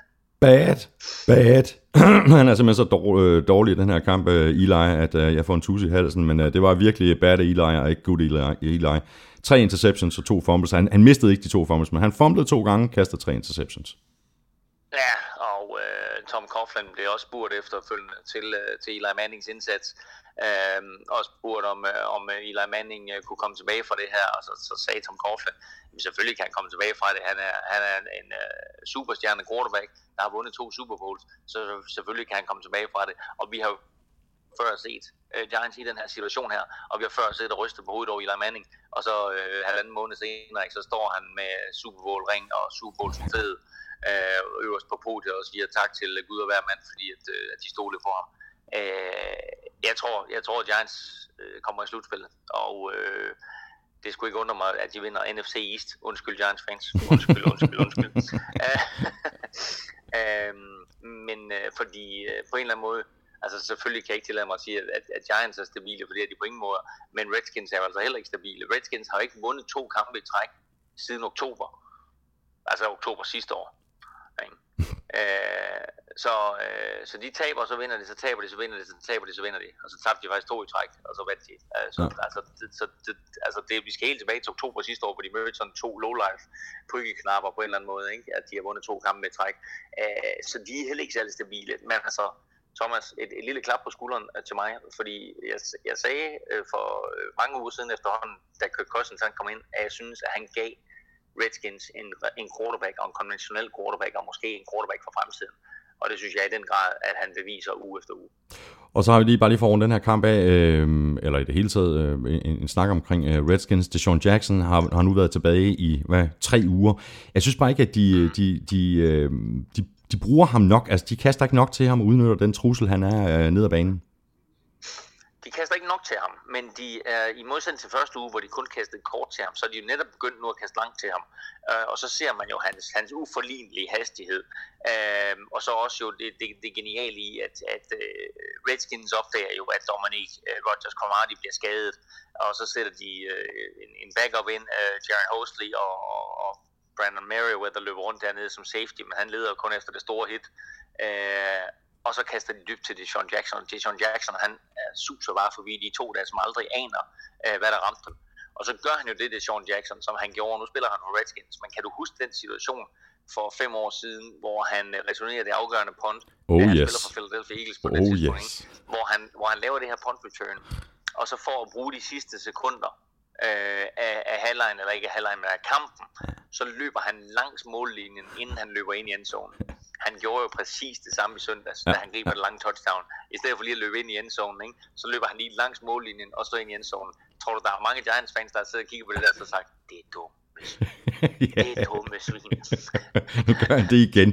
Bad, bad. Han er simpelthen så dårlig i den her kamp, Eli, at jeg får en tusse i halsen, men det var virkelig bad af Eli, og ikke good Eli. Eli. Tre interceptions og to fumbles. Han, han mistede ikke de to fumbles, men han fumblede to gange, kastede tre interceptions.
Ja, og uh, Tom Coughlin blev også spurgt efterfølgende til, uh, til Eli Mannings indsats. Uh, også spurgt om, uh, om Eli Manning uh, kunne komme tilbage fra det her, og så, så sagde Tom Coughlin, at selvfølgelig kan han komme tilbage fra det. Han er, han er en, en uh, superstjerne quarterback, der har vundet to Super Bowls, så selvfølgelig kan han komme tilbage fra det. Og vi har jo før set uh, Giants i den her situation her, og vi har før set at ryste på hovedet over Eli Manning, og så uh, halvanden måned senere, så står han med Super Bowl ring og Super Bowl trofæet øh, øverst på podiet og siger tak til Gud og hver mand, fordi at, øh, at de stolede på ham. Øh, jeg tror, jeg tror at Giants øh, kommer i slutspillet, og øh, det skulle ikke undre mig, at de vinder N F C East. Undskyld Giants fans. Undskyld, undskyld, undskyld. øh, men øh, fordi øh, på en eller anden måde, altså selvfølgelig kan jeg ikke tillade mig at sige, at, at Giants er stabile, fordi de på ingen måde, men Redskins er altså heller ikke stabile. Redskins har ikke vundet to kampe i træk siden oktober. Altså oktober sidste år. Øh, så, øh, så de taber, så vinder de, så taber de, så vinder de, så taber de, så vinder de. Og så tabte de faktisk to i træk, og så vandt de. Altså, ja. altså, det, så, det, altså det, vi skal helt tilbage til oktober sidste år, hvor de mødte sådan to low-life pryggeknapper på en eller anden måde, ikke? At de har vundet to kampe i træk. Øh, så de er heller ikke særlig stabile. Men altså, Thomas, et, et lille klap på skulderen øh, til mig, fordi jeg, jeg sagde øh, for øh, mange uger siden efterhånden, da Kirk Cousins kom ind, at jeg synes, at han gav Redskins en, en quarterback og en konventionel quarterback og måske en quarterback for fremtiden. Og det synes jeg i den grad, at han beviser uge efter uge. Og
så har vi lige bare lige for den her kamp af, øh, eller i det hele taget øh, en, en snak omkring øh, Redskins. DeSean Jackson har, har nu været tilbage i hvad, tre uger. Jeg synes bare ikke, at de, de, de, øh, de, de bruger ham nok. Altså de kaster ikke nok til ham og udnytter den trussel, han er øh, ned ad banen.
De kaster ikke nok til ham, men de er i modsætning til første uge, hvor de kun kastede kort til ham, så er de jo netop begyndt nu at kaste langt til ham. Uh, og så ser man jo hans, hans uforlignelige hastighed. Uh, og så også jo det, det, det geniale i, at, at uh, Redskins opdager jo, at Dominic uh, Rodgers-Cromartie bliver skadet. Og så sætter de uh, en, en backup ind, uh, Jaron Hosley og, og, og Brandon Merriweather løber rundt dernede som safety, men han leder kun efter det store hit. Uh, Og så kaster de dybt til DeSean Jackson. DeSean Jackson, han er suser bare forbi de to der, som aldrig aner, øh, hvad der ramte dem. Og så gør han jo det, DeSean Jackson, som han gjorde. Nu spiller han for Redskins. Men kan du huske den situation for fem år siden, hvor han returnerer det afgørende punt,
oh,
da han
yes.
spiller for Philadelphia Eagles på
oh,
det tidspunkt,
yes.
hvor, han, hvor han laver det her punt return, og så for at bruge de sidste sekunder øh, af, af halvlejen, eller ikke af halvlejen, men af kampen, så løber han langs mållinjen, inden han løber ind i endzonen. Han gjorde jo præcis det samme i søndags, ja, da han griber ja. det lange touchdown. I stedet for lige at løbe ind i endzonen, ikke? Så løber han lige langs mållinjen og så ind i endzonen. Tror du, der er mange Giants-fans, der sidder og kigger på det der, så sagt, det er dumt. Det er dumme svin.
Nu gør han det igen.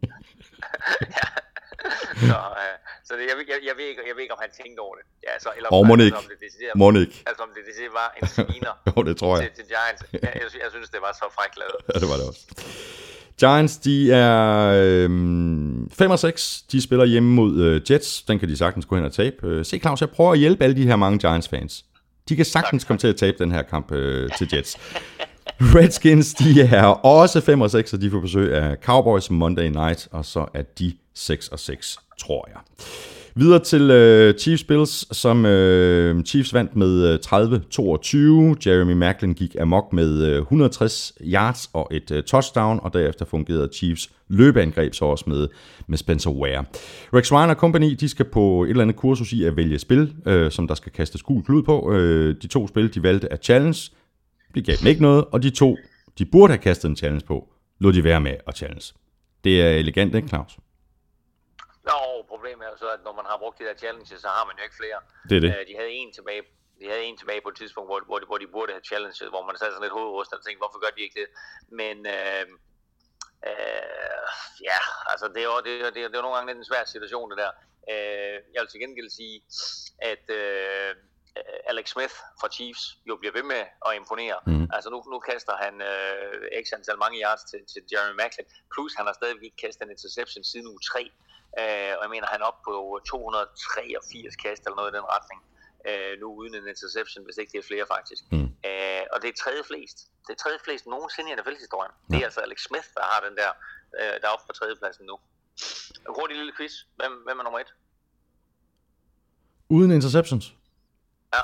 ja. Så, øh, så det, jeg, jeg, jeg, ved ikke, jeg ved ikke, om han tænkte over det. Ja, så, eller
oh,
om,
altså,
om det decideret,
altså
om det decideret var en sviner
jo, det tror jeg.
Til, til Giants. Jeg, jeg, jeg synes, det var så frækt lavet.
Ja, det var det også. Giants, de er øhm, fem og seks. De spiller hjemme mod øh, Jets. Den kan de sagtens gå hen og tabe. Øh, se Claus, jeg prøver at hjælpe alle de her mange Giants-fans. De kan sagtens komme til at tabe den her kamp øh, til Jets. Redskins, de er også fem og seks, og de får besøg af Cowboys Monday Night, og så er de seks og seks, tror jeg. Videre til øh, Chiefs Bills, som øh, Chiefs vandt med tredive toogtyve. Jeremy Maclin gik amok med øh, et hundrede og tres yards og et øh, touchdown, og derefter fungerede Chiefs løbeangreb så også med, med Spencer Ware. Rex Ryan og company, de skal på et eller andet kursus i at vælge spil, øh, som der skal kastes gul klud på. Øh, de to spil, de valgte at challenge. Det gav dem ikke noget, og de to, de burde have kastet en challenge på, lod de være med at challenge. Det er elegant, ikke Claus?
Nå, problemet er jo så, at når man har brugt de der challenges, så har man jo ikke flere.
Det er det.
Uh, de havde en tilbage, de havde en tilbage på et tidspunkt, hvor, hvor, de, hvor de burde have challenges, hvor man satte sådan lidt hovedrust og tænkte, hvorfor gør de ikke det? Men uh, uh, ja, altså det er jo det, det, det er jo nogle gange lidt en svær situation, det der. Uh, jeg vil til gengæld sige, at uh, Alex Smith fra Chiefs jo bliver ved med at imponere. Mm. Altså nu, nu kaster han uh, x antal mange yards til, til Jeremy Maclin, plus han har stadigvæk ikke kastet en interception siden uge tre. Uh, og jeg mener, han er oppe på to hundrede og treogfirs kast eller noget i den retning. Uh, nu uden en interception, hvis ikke det er flere faktisk. Mm. Uh, og det er tredje flest. Det er tredje flest nogensinde i N F L-historien. Ja. Det er altså Alex Smith, der har den der, uh, der er oppe på tredjepladsen nu. Hurtig lille quiz. Hvem, hvem er nummer et?
Uden interceptions?
Ja.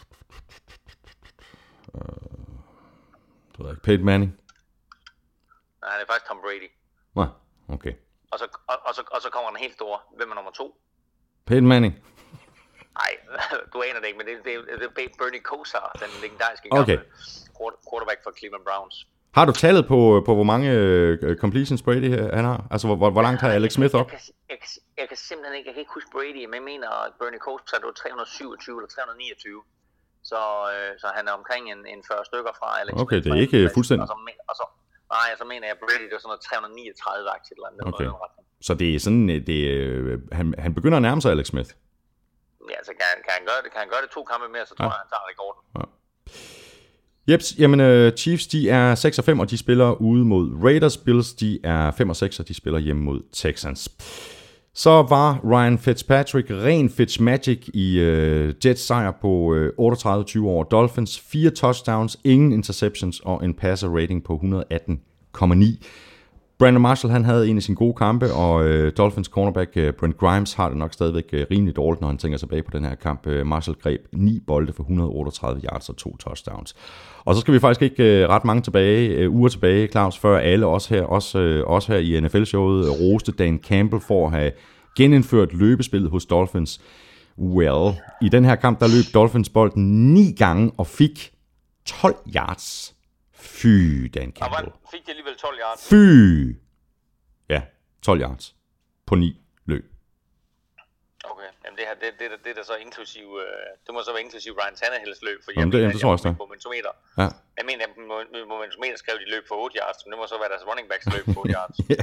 Det ved jeg ikke. Peyton Manning?
Nej, det er faktisk Tom Brady.
Nej, okay.
Og så, og, og, så, og så kommer den helt store. Hvem er nummer to?
Peyton Manning?
Nej, du aner det ikke, men det, det, det er Bernie Kosar, den legendariske
okay.
gamle quarterback for Cleveland Browns.
Har du tallet på, på hvor mange uh, completions Brady han har? Altså, hvor, hvor langt har Alex Smith op?
Jeg kan, jeg, kan, jeg kan simpelthen ikke, jeg kan ikke huske Brady, men jeg mener, at Bernie Kosar, det var tre hundrede syvogtyve eller tre hundrede niogtyve. Så, øh, så han er omkring en, en fyrre stykker fra Alex
okay,
Smith.
Det er ikke fuldstændig.
Og så, og så, nej, så mener jeg, at Brady, det var sådan noget tre hundrede niogtredive-aktigt eller andet.
Okay. Så det er sådan, det, han, han begynder at nærme sig Alex Smith?
Ja, altså kan han, kan han, gøre, det, kan han gøre det to kampe mere, så tror ja. jeg, han tager rekorden. Ja.
Jeps, jamen uh, Chiefs, de er seks og fem, og de spiller ude mod Raiders. Bills, de er fem og seks, og de spiller hjemme mod Texans. Så var Ryan Fitzpatrick ren Fitzmagic i uh, Jets sejr på uh, otteogtredive tyve over Dolphins. Fire touchdowns, ingen interceptions og en passer rating på et hundrede og atten komma ni. Brandon Marshall, han havde en af sine gode kampe, og øh, Dolphins cornerback øh, Brent Grimes har det nok stadigvæk øh, rimelig dårligt, når han tænker tilbage på den her kamp. Øh, Marshall greb ni bolde for et hundrede og otteogtredive yards og to touchdowns. Og så skal vi faktisk ikke øh, ret mange tilbage, øh, uger tilbage, Claus, før alle også her, også, øh, også her i N F L-showet øh, roste Dan Campbell for at have genindført løbespillet hos Dolphins. Well, i den her kamp, der løb Dolphins bolden ni gange og fik tolv yards. Fy, Dan Campbell.
Og fik de alligevel tolv yards?
Fy! Ja, tolv yards på ni løb.
Okay, jamen det her, det, det, det, det er så inklusiv, øh, det må så være inklusiv Ryan Tannehills løb, for
jamen,
jeg
det,
mener,
det tror jeg også,
momentometer.
Ja.
Jeg mener, at momentometer skrev de løb for otte yards, men det må så være deres running backs løb for otte yards.
ja,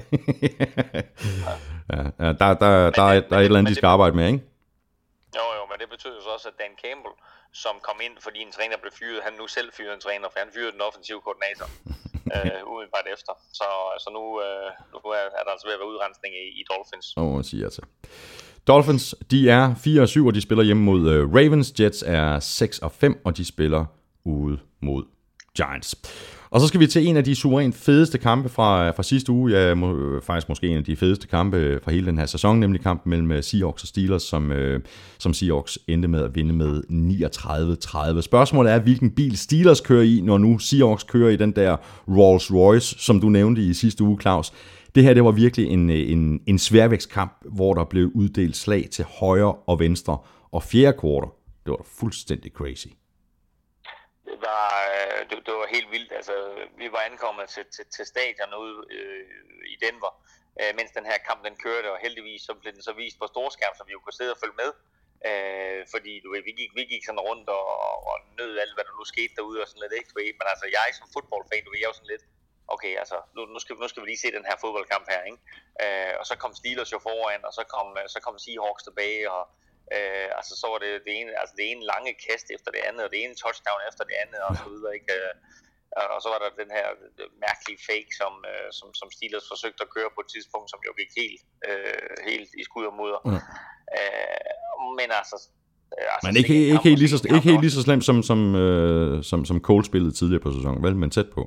ja der, der, der, er, der er et eller andet, de skal arbejde med, ikke?
Jo, jo, men det betyder så også, at Dan Campbell, som kom ind, fordi en træner blev fyret, han nu selv fyrede en træner, for han fyrede den offensive koordinator øh, umiddelbart efter. Så, så nu, øh, nu er, er der altså ved at være udrensning i, i Dolphins.
Åh, oh, siger jeg til. Dolphins, de er fire og syv, og de spiller hjemme mod uh, Ravens. Jets er seks og fem, og de spiller ude mod Giants. Og så skal vi til en af de suverænt fedeste kampe fra, fra sidste uge. Ja, må, faktisk måske en af de fedeste kampe fra hele den her sæson, nemlig kampen mellem Seahawks og Steelers, som, øh, som Seahawks endte med at vinde med niogtredive tredive. Spørgsmålet er, hvilken bil Steelers kører i, når nu Seahawks kører i den der Rolls Royce, som du nævnte i sidste uge, Claus. Det her, det var virkelig en, en, en sværvægtskamp, hvor der blev uddelt slag til højre og venstre, og fjerde kvartal, det var fuldstændig crazy.
Det var, det, det var helt vildt. Altså, vi var ankommet til, til, til stadion ude øh, i Denver, øh, mens den her kamp den kørte, og heldigvis så blev den så vist på storskærm, så vi jo kunne sidde og følge med. Øh, fordi du ved, vi gik, vi gik sådan rundt og, og nød alt, hvad der nu skete derude og sådan lidt, ikke? Men altså, jeg som fodboldfan, du ved, jeg jo sådan lidt, okay, altså, nu, nu, skal, nu skal vi lige se den her fodboldkamp her, ikke? Øh, og så kom Steelers jo foran, og så kom, så kom Seahawks tilbage, og Øh, altså så var det det ene, altså det ene lange kast efter det andet, og det ene touchdown efter det andet, og så videre, ikke? Øh, og så var der den her mærkelige fake, som, øh, som, som Steelers forsøgte at køre på et tidspunkt, som jo gik helt, øh, helt i skud og mudder. Mm. Øh, men altså... Øh, altså
men ikke, ikke, ikke, helt lige så, ikke helt lige så slemt som, som, øh, som, som Colts spillede tidligere på sæsonen, vel, men tæt på.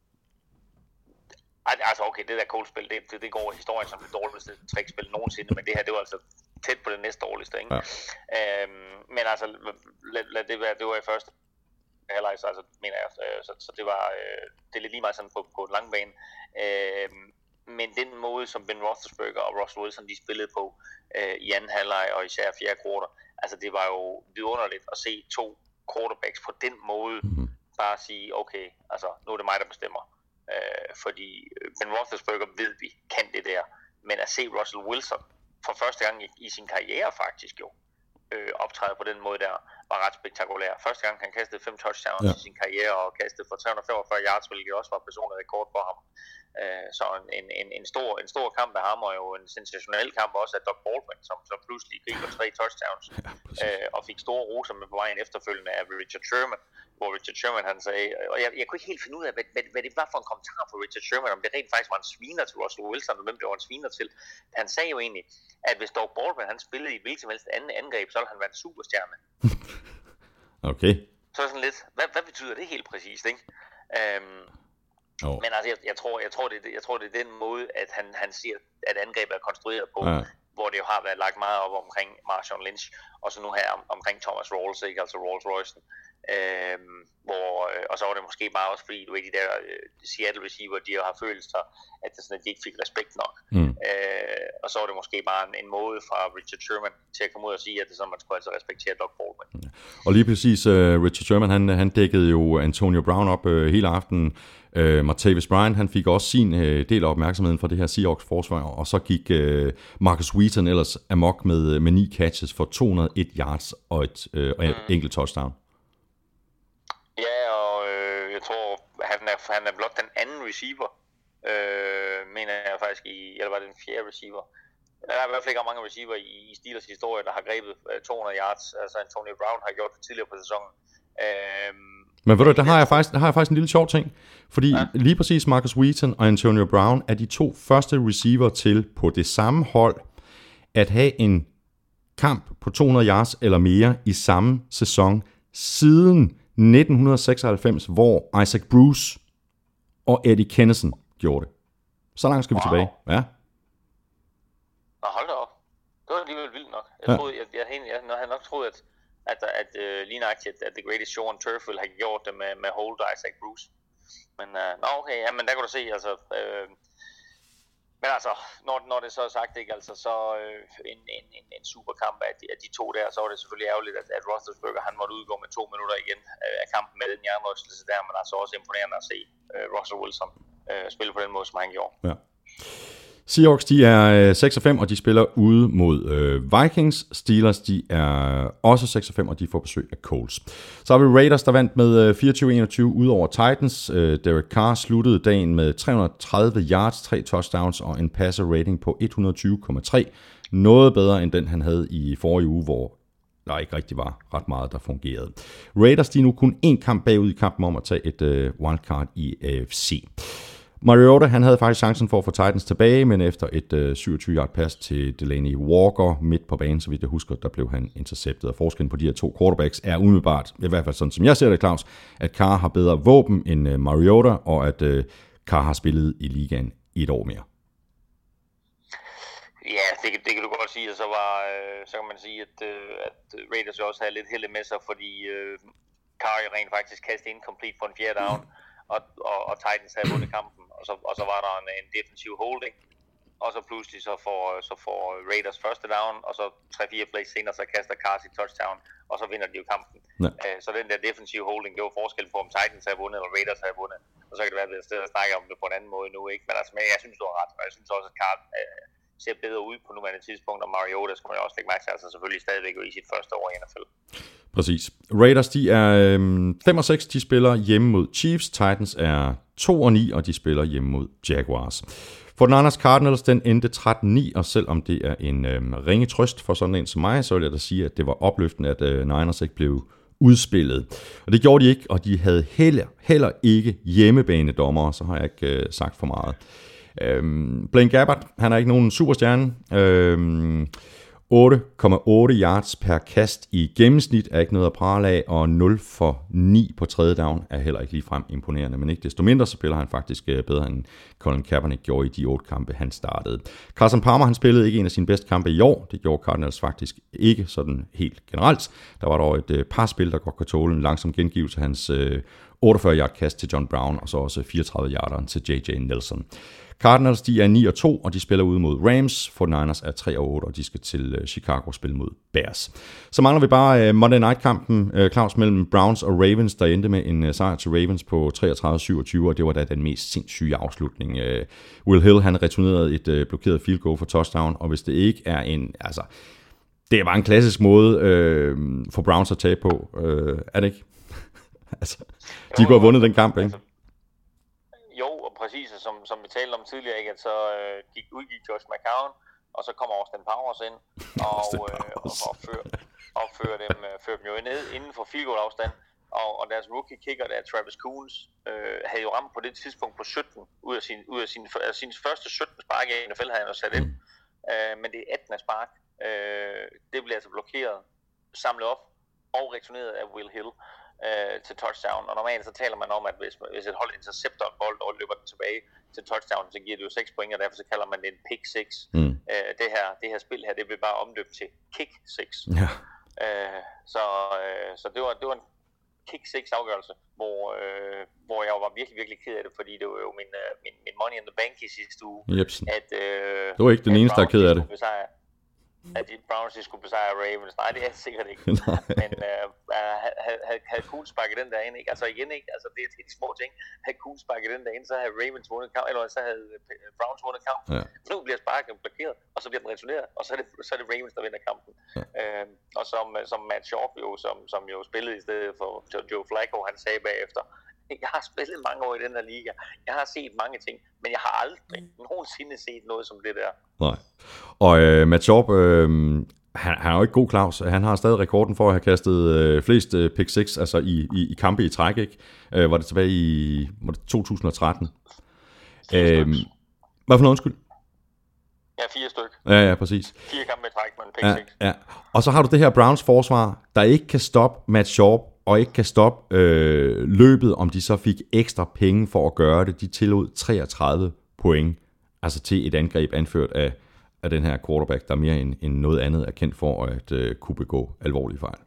Altså okay, det der Colts-spil, det, det, det går i historien som det dårligste trickspil nogensinde, men det her, det var altså tæt på det næste dårligste, ikke? Ja. Øhm, men altså, lad, lad det være, det var i første halvleg, så altså, mener jeg, så, så det var, øh, det er lidt lige meget sådan på, på en lang bane. Øhm, men den måde, som Ben Roethlisberger og Russell Wilson, de spillede på øh, i anden halvleg og især fjerde kvartal, altså det var jo vidunderligt at se to quarterbacks på den måde, mm-hmm. bare sige, okay, altså nu er det mig, der bestemmer. Øh, fordi Ben Roethlisberger ved vi kan det der, men at se Russell Wilson for første gang i, i sin karriere faktisk jo øh, optræde på den måde der, var ret spektakulær. Første gang han kastede fem touchdowns ja. i sin karriere og kastede for tre hundrede og femogfyrre yards, hvilket også var personlig rekord for ham. Øh, så en, en, en, stor, en stor kamp af ham, og jo en sensationel kamp også af Doug Baldwin, som, som pludselig griber tre touchdowns ja, øh, og fik store roser med på vejen efterfølgende af Richard Sherman, hvor Richard Sherman han sagde, og jeg, jeg kunne ikke helt finde ud af, hvad, hvad, hvad det var for en kommentar fra Richard Sherman, om det rent faktisk var en sviner til Russell Wilson, og hvem det var en sviner til. Han sagde jo egentlig, at hvis Doug Baldwin han spillede i et hvilket som helst andet angreb, så ville han være en superstjerne.
Okay.
Så sådan lidt, hvad, hvad betyder det helt præcist, ikke? Øhm,
Oh.
Men altså, jeg, jeg, tror, jeg, tror, det, jeg tror, det er den måde, at han, han siger, at angrebet er konstrueret på, ja. Hvor det jo har været lagt meget op omkring Marshawn Lynch, og så nu her om, omkring Thomas Rawls, ikke? Altså Rolls-Royce. Øhm, hvor, og så var det måske bare også fordi, du ved, de der uh, Seattle receiver, de har følt sig, at, det sådan, at de ikke fik respekt nok. Mm. Øh, og så var det måske bare en, en måde fra Richard Sherman til at komme ud og sige, at det er sådan, man skulle altså respektere Doug Baldwin. Ja.
Og lige præcis, uh, Richard Sherman, han, han dækkede jo Antonio Brown op uh, hele aftenen. Uh, Martavis Bryant, han fik også sin uh, del af opmærksomheden fra det her Seahawks forsvar, og så gik uh, Marcus Wheaton ellers amok med, med ni catches for to hundrede og en yards og et uh, mm. enkelt touchdown.
Ja, og øh, jeg tror, han er, han er blot den anden receiver, øh, mener jeg faktisk, i, eller var det den fjerde receiver. Der er i hvert fald ikke mange receiver i, i Steelers historie, der har grebet øh, to hundrede yards, altså Antonio Brown har gjort det tidligere på sæsonen. Øh,
Men ved du, der har, jeg faktisk, der har jeg faktisk en lille sjov ting, fordi ja. lige præcis Marcus Wheaton og Antonio Brown er de to første receiver til på det samme hold at have en kamp på to hundrede yards eller mere i samme sæson siden nitten seksoghalvfems, hvor Isaac Bruce og Eddie Kennison gjorde det. Så langt skal vi wow. tilbage. Ja.
Nå, hold da op. Det var alligevel vildt nok. Jeg, ja. troede, jeg, jeg, jeg, jeg havde nok troet, at, at, at, at uh, lige nøjagtigt, at The Greatest Show on Turf ville have gjort det med, med Hold Isaac Bruce. Men uh, nå, okay, ja, men der kan du se, altså... Øh, Men altså, når, når det så er sagt, ikke, altså, så øh, en, en, en, en superkamp af de, af de to der, så var det selvfølgelig ærgerligt, at, at Roethlisberger, han måtte udgå med to minutter igen øh, af kampen med den hjernerystelse der, men altså også imponerende at se øh, Russell Wilson øh, spille på den måde, som han gjorde.
Ja. Seahawks, de er seks og fem, og de spiller ude mod øh, Vikings. Steelers, de er også seks og fem, og de får besøg af Colts. Så har vi Raiders, der vandt med fireogtyve enogtyve ud over Titans. Øh, Derek Carr sluttede dagen med tre hundrede og tredive yards, tre touchdowns og en passer rating på et hundrede og tyve komma tre. Noget bedre end den, han havde i forrige uge, hvor der ikke rigtig var ret meget, der fungerede. Raiders, de er nu kun én kamp bagud i kampen om at tage et øh, wildcard i A F C. Mariota, han havde faktisk chancen for at få Titans tilbage, men efter et uh, syvogtyve yard pass til Delaney Walker midt på banen, så vidt jeg husker, der blev han interceptet. Og forskellen på de her to quarterbacks er umiddelbart, i hvert fald sådan som jeg ser det, Claus, at Carr har bedre våben end uh, Mariota, og at uh, Carr har spillet i ligaen i et år mere.
Ja, det, det kan du godt sige, og så, var, øh, så kan man sige, at, øh, at Raiders også havde lidt held med sig, fordi øh, Carr rent faktisk kastede incomplete på en fjerde down, og, og, og Titans havde vundet kampen, og så, og så var der en, en defensiv holding, og så pludselig så får, så får Raiders første down, og så tre-fire plays senere, så kaster Carr sit touchdown, og så vinder de jo kampen. Ja. Uh, så den der defensive holding, det var forskel på, om Titans havde vundet, eller Raiders havde vundet, og så kan det være, at vi stedet snakke om det på en anden måde nu, ikke? Men altså, men jeg synes, du har ret, og jeg synes også, at Carr uh, ser bedre ud på nuværende tidspunkt, og Mariota skal man jo også lægge mærke til, altså selvfølgelig stadigvæk i sit første år i N F L.
Præcis. Raiders, de er øhm, fem og seks, de spiller hjemme mod Chiefs. Titans er to og ni, og de spiller hjemme mod Jaguars. For den Niners Cardinals, den endte tretten ni, og selvom det er en øhm, ringe trøst for sådan en som mig, så vil jeg da sige, at det var opløftende, at øh, Niners ikke blev udspillet. Og det gjorde de ikke, og de havde heller, heller ikke hjemmebanedommere, så har jeg ikke øh, sagt for meget. Øhm, Blaine Gabbert, han er ikke nogen superstjerne. Øhm, otte komma otte yards per kast i gennemsnit er ikke noget at prale af, og nul for ni på tredje down er heller ikke ligefrem imponerende, men ikke desto mindre, så spiller han faktisk bedre end Colin Kaepernick gjorde i de otte kampe, han startede. Carson Palmer, han spillede ikke en af sine bedste kampe i år, det gjorde Cardinals faktisk ikke sådan helt generelt. Der var dog et par spil, der godt kan tåle en langsom gengivelse af hans otteogfyrre yard kast til John Brown, og så også fireogtredive yarderen til J J Nelson. Cardinals, de er ni og to, og de spiller ude mod Rams. forty-niners er tre og otte, og de skal til Chicago spille mod Bears. Så mangler vi bare Monday Night-kampen, Claus, mellem Browns og Ravens, der endte med en sejr til Ravens på treogtredive syvogtyve, og det var da den mest sindssyge afslutning. Will Hill, han returnerede et blokeret field goal for touchdown, og hvis det ikke er en, altså, det er bare en klassisk måde øh, for Browns at tage på, øh, er det ikke? altså, de kunne have vundet den kamp, ikke?
Jo, og præcis som, som vi talte om tidligere, ikke, at så øh, gik, udgik Josh McCown, og så kommer Austin Powers ind, og, øh, og, og, fører, og fører, dem, øh, fører dem jo ned inden for field goal afstand, og, og deres rookie kicker, der Travis Coons, øh, havde jo ramt på det tidspunkt på sytten, ud af sin, ud af sin, af sin første sytten spark i N F L havde han jo sat ind, øh, men det er attende spark, øh, det bliver altså blokeret, samlet op og returneret af Will Hill. øh, til touchdown, og normalt så taler man om, at hvis, hvis et hold intercepter en bold og løber den tilbage til touchdown, så giver det jo seks point, og derfor så kalder man det en pick six. Mm. Øh, det, her, det her spil her, det bliver bare omdøbt til kick six. Ja. Øh, så, øh, så det var, det var en kick six afgørelse, hvor, øh, hvor jeg var virkelig, virkelig ked af det, fordi det var jo min, øh, min, min money in the bank i sidste uge.
Jepsen.
At, øh,
det var ikke den eneste, der er ked af det.
Besejre, at de Browns de skulle besejre Ravens. Nej, det er sikkert ikke. Men øh, havde, havde, havde Cool sparket den der ind, ikke? Altså igen ikke, altså det er de små ting. Havde Cool sparket den der ind, så havde Ravens vundet kamp, eller så havde Browns vundet kamp. Ja. Nu bliver sparket blokeret, og så bliver den returneret, og så er det, så er det Ravens, der vinder kampen. Ja. Øh, og som, som Matt Schaub jo, som, som jo spillede i stedet for Joe Flacco, han sagde bagefter, jeg har spillet mange år i den her liga. Jeg har set mange ting, men jeg har aldrig nogensinde set noget som det der.
Nej. Og øh, Matt Schaub, øh, han, han er jo ikke god, Claus. Han har stadig rekorden for at have kastet øh, flest øh, pick six, altså i, i, i kampe i træk, ikke? Øh, var det tilbage i var det to tusind og tretten? Øh, hvad for noget, undskyld?
Ja, fire stykker.
Ja, ja, præcis.
Fire kampe i træk med en pick
ja,
six.
Ja. Og så har du det her Browns forsvar, der ikke kan stoppe Matt Schaub, og ikke kan stoppe øh, løbet, om de så fik ekstra penge for at gøre det. De tillod treogtredive point, altså til et angreb anført af, af den her quarterback, der mere end, end noget andet er kendt for at øh, kunne begå alvorlige fejl.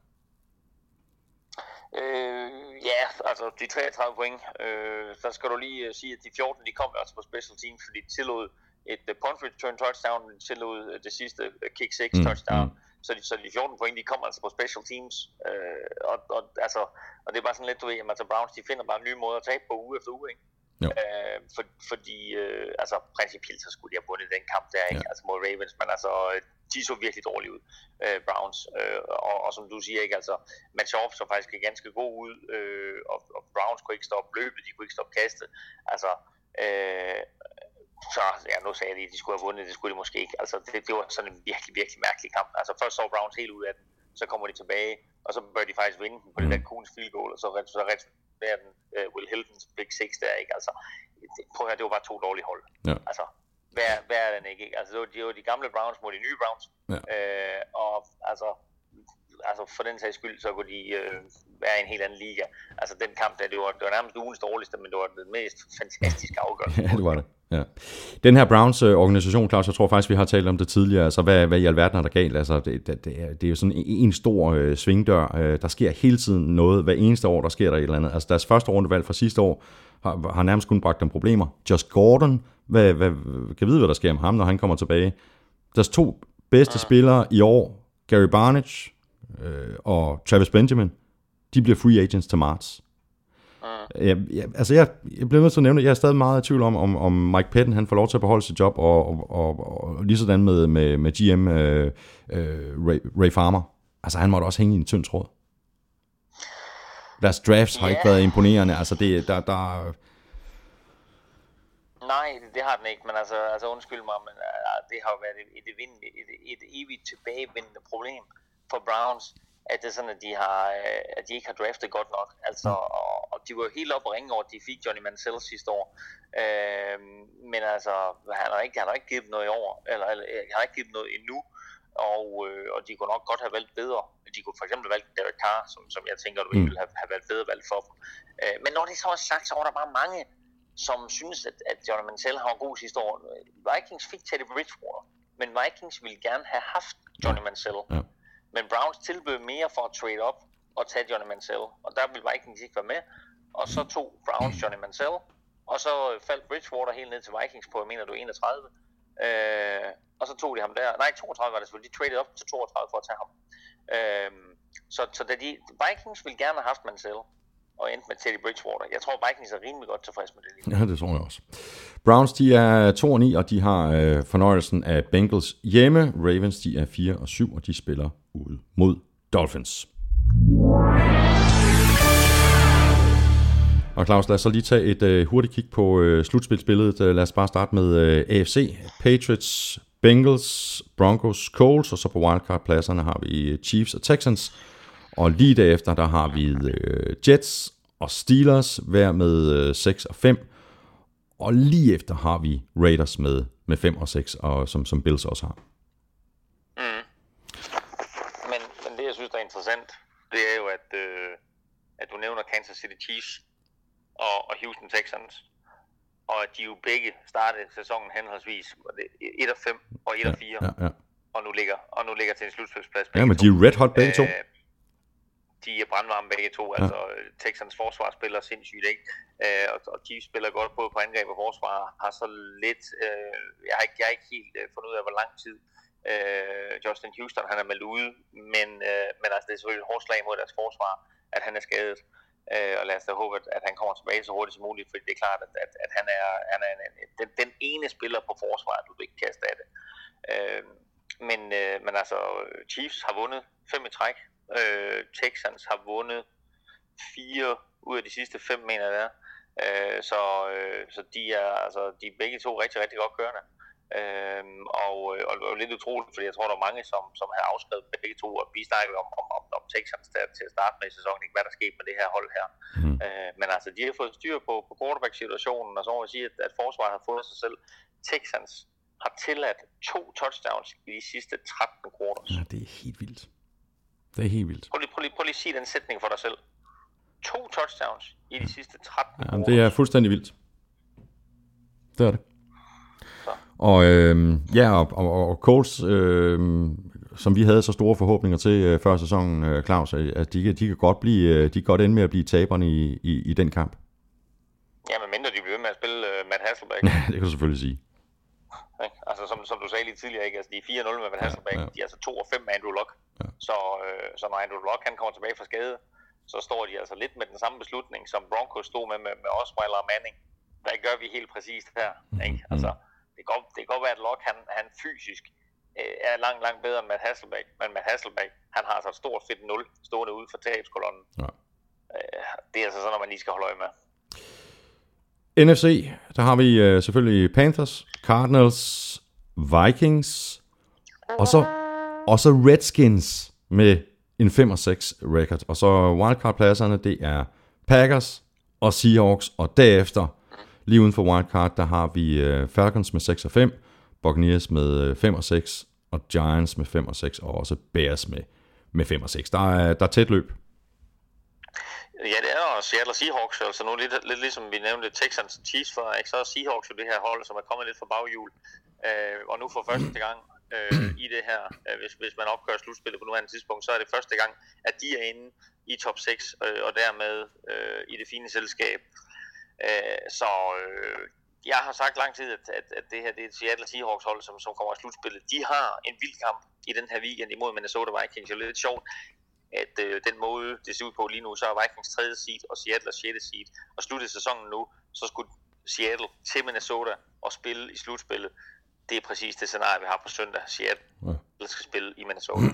Øh, ja, altså de treogtredive point, øh, så skal du lige uh, sige, at de fjorten, de kom altså på special teams, fordi de tillod et uh, punt return touchdown, de tillod uh, det sidste uh, kick six mm, touchdown. Mm. Så de, så de fjorten point, de kommer altså på special teams, øh, og, og, altså, og det er bare sådan lidt, du ved, at altså Browns, de finder bare en ny måde at tabe på uge efter uge, ikke? Øh, for, fordi, øh, altså principielt, så skulle de have vundet den kamp der, ikke? Ja. Altså mod Ravens, men altså, de så virkelig dårligt ud, øh, Browns, øh, og, og som du siger, ikke, altså, Matt Schaub så faktisk ganske god ud, øh, og, og Browns kunne ikke stoppe løbet, de kunne ikke stoppe kastet, altså, øh, så ja, nu sagde jeg lige, at de skulle have vundet, det skulle de måske ikke. Altså, det, det var sådan en virkelig, virkelig mærkelig kamp. Altså, først så Browns helt ud af den, så kommer de tilbage, og så bør de faktisk vinde den på mm. det der Coons field goal, og så, så returnerer den uh, Will Hiltons big six der, ikke? Altså, det, prøv at høre, det var bare to dårlige hold. Ja. Altså, hvad, hvad er den ikke? Altså, det var, de, det var de gamle Browns mod de nye Browns, ja. øh, og altså, altså, for den sags skyld, så kunne de øh, være i en helt anden liga. Altså, den kamp der, det var, det var nærmest ugens dårligste, men det var den mest fantastiske afgørelse.
Ja, det var det. Ja. Den her Browns øh, organisation, Claus, jeg tror faktisk, vi har talt om det tidligere, altså hvad, hvad i alverden er der galt? Altså, det, det, det, er, det er jo sådan en, en stor øh, svingdør, øh, der sker hele tiden noget, hver eneste år, der sker der et eller andet. Altså deres første rundevalg fra sidste år har, har nærmest kun bragt dem problemer. Josh Gordon, hvad, hvad, kan vide, hvad der sker med ham, når han kommer tilbage. Deres to bedste ja. spillere i år, Gary Barnidge øh, og Travis Benjamin, de bliver free agents til marts. Jeg, jeg, altså jeg, jeg bliver nødt til at nævne, at jeg er stadig meget i tvivl om, om, om Mike Pettine han får lov til at beholde sit job, og, og, og, og lige sådan med, med, med G M øh, øh, Ray, Ray Farmer. Altså han måtte også hænge i en tynd tråd. Deres drafts har yeah. ikke været imponerende. Altså det, der, der...
Nej, det har den ikke, men altså, altså undskyld mig, men uh, det har jo været et, et, et, et, et evigt tilbagevendende problem for Browns, at det er sådan, at de, har, at de ikke har draftet godt nok. Altså, og, og de var helt oppe og ringe over, at de fik Johnny Manziel sidste år. Øh, men altså, han har ikke, han har ikke givet noget i år, eller, eller han har ikke givet noget endnu. Og, øh, og de kunne nok godt have valgt bedre. De kunne for eksempel have valgt Derek Carr, som, som jeg tænker, du mm. ville have, have valgt bedre valgt for dem. Øh, men når det så er sagt, så var der bare mange, som synes, at, at Johnny Manziel har en god sidste år. Vikings fik Teddy Bridgewater, men Vikings ville gerne have haft Johnny Manziel. Ja. Men Browns tilbød mere for at trade op og tage Johnny Manziel, og der ville Vikings ikke være med. Og så tog Browns Johnny Manziel, og så faldt Bridgewater helt ned til Vikings på, jeg mener du, enogtredive. Øh, og så tog de ham der, nej toogtredive var det selvfølgelig, de traded op til toogtredive for at tage ham. Øh, så, så da de, Vikings ville gerne have haft Manziel, og endte med Teddy Bridgewater. Jeg tror, Vikings er rimelig godt tilfreds med det lige.
Ja, det tror jeg også. Browns, de er to og ni, og de har øh, fornøjelsen af Bengals hjemme. Ravens, de er fire og syv, og de spiller ude mod Dolphins. Og Claus, lad os så lige tage et øh, hurtigt kig på øh, slutspilsbilledet. Lad os bare starte med øh, A F C. Patriots, Bengals, Broncos, Colts, og så på wildcard-pladserne har vi Chiefs og Texans. Og lige derefter, der har vi øh, Jets og Steelers, hver med øh, seks og fem. Og lige efter har vi Raiders med, med fem og seks, og som, som Bills også har.
Mm. Men, men det, jeg synes, der er interessant, det er jo, at, øh, at du nævner
Kansas City Chiefs og, og Houston Texans. Og at de jo begge startede sæsonen henholdsvis et og fem og et og fire.
Ja, ja, ja.
Og nu ligger, og nu ligger til en slutspilsplads.
Ja, men de er red hot begge to.
Øh, de er brandvarme begge to. Ja. Altså, Texans forsvar spiller sindssygt, ikke? Øh, og, og Chiefs spiller godt både på angreb og forsvar. Har så lidt... Øh, jeg, har ikke, jeg har ikke helt øh, fundet ud af, hvor lang tid øh, Justin Houston han er meldt ude. Men, øh, men altså, det er selvfølgelig et hårdt slag mod deres forsvar, at han er skadet. Øh, og lad os da håbe, at, at han kommer tilbage så hurtigt som muligt. Fordi det er klart, at, at, at han er, han er en, en, den, den ene spiller på forsvaret, du ikke kaster af det. Øh, Men, øh, men altså, Chiefs har vundet fem i træk. Øh, Texans har vundet fire ud af de sidste fem, mener jeg det er. Øh, så, øh, så de er altså de er begge to rigtig, rigtig godt kørende. Øh, og, og, og lidt utroligt, fordi jeg tror, der er mange, som, som har afskrevet begge to. Og vi snakkede om, om, om, om Texans der, til at starte med i sæsonen, ikke hvad der skete med det her hold her. Mm. Øh, men altså, de har fået styr på, på quarterback-situationen, og så må jeg sige, at, at forsvaret har fået sig selv. Texans har tilladt to touchdowns i de sidste tretten quarters.
Ja, det er helt vildt. Det er helt vildt.
Prøv lige, prøv lige, prøv lige at sige den sætning for dig selv. To touchdowns i de sidste tretten
ja,
quarters.
Det er fuldstændig vildt. Det er det. Så. Og øh, ja, og, og, og Colts, øh, som vi havde så store forhåbninger til øh, før sæsonen, øh, Claus, at de, de kan godt blive, de kan godt ende med at blive taberne i, i, i den kamp.
Ja, men mindre de bliver ved med at spille uh, Matt Hasselbeck.
Ja, det kan du selvfølgelig sige.
Altså som, som du sagde lige tidligere, ikke? Altså, de er fire nul med Van Hasselbeck, ja, ja. De er altså to og fem med Andrew Luck. Ja. Så, øh, så når Andrew Luck han kommer tilbage fra skade, så står de altså lidt med den samme beslutning, som Broncos stod med med, med Osweiler og Manning. Hvad gør vi helt præcist her? Ikke? Altså, det kan godt, det kan godt være, at Luck han, han fysisk øh, er langt, langt bedre end Matt Hasselbeck, men Matt Hasselbeck, han har altså et stort fedt nul stående ude for tabskolonnen. Ja. Øh, det er altså sådan, når man lige skal holde øje med.
N F C, der har vi øh, selvfølgelig Panthers, Cardinals, Vikings, og så, og så Redskins med en fem og seks record. Og så wildcard-pladserne, det er Packers og Seahawks, og derefter, lige uden for wildcard, der har vi øh, Falcons med seks og fem, Buccaneers med øh, fem og seks, og Giants med fem og seks, og også Bears med, med fem og seks. Der er, der er tæt løb.
Ja, det er jo Seattle Seahawks, altså nu lidt, lidt ligesom vi nævnte Texans og Chiefs før, ikke? Så er Seahawks jo det her hold, som er kommet lidt fra baghjul, øh, og nu for første gang øh, i det her, øh, hvis, hvis man opgør slutspillet på nuværende tidspunkt, så er det første gang, at de er inde i top seks, øh, og dermed øh, i det fine selskab. Øh, så øh, jeg har sagt lang tid, at, at, at det her det er et Seattle Seahawks hold, som, som kommer i slutspillet. De har en vild kamp i den her weekend imod Minnesota Vikings, og det er lidt sjovt, at øh, den måde, det ser ud på lige nu, så er Vikings tredje seed og Seattle er sjette seed. Og slutte sæsonen nu, så skulle Seattle til Minnesota og spille i slutspillet. Det er præcis det scenarie, vi har på søndag. Seattle ja. skal spille i Minnesota.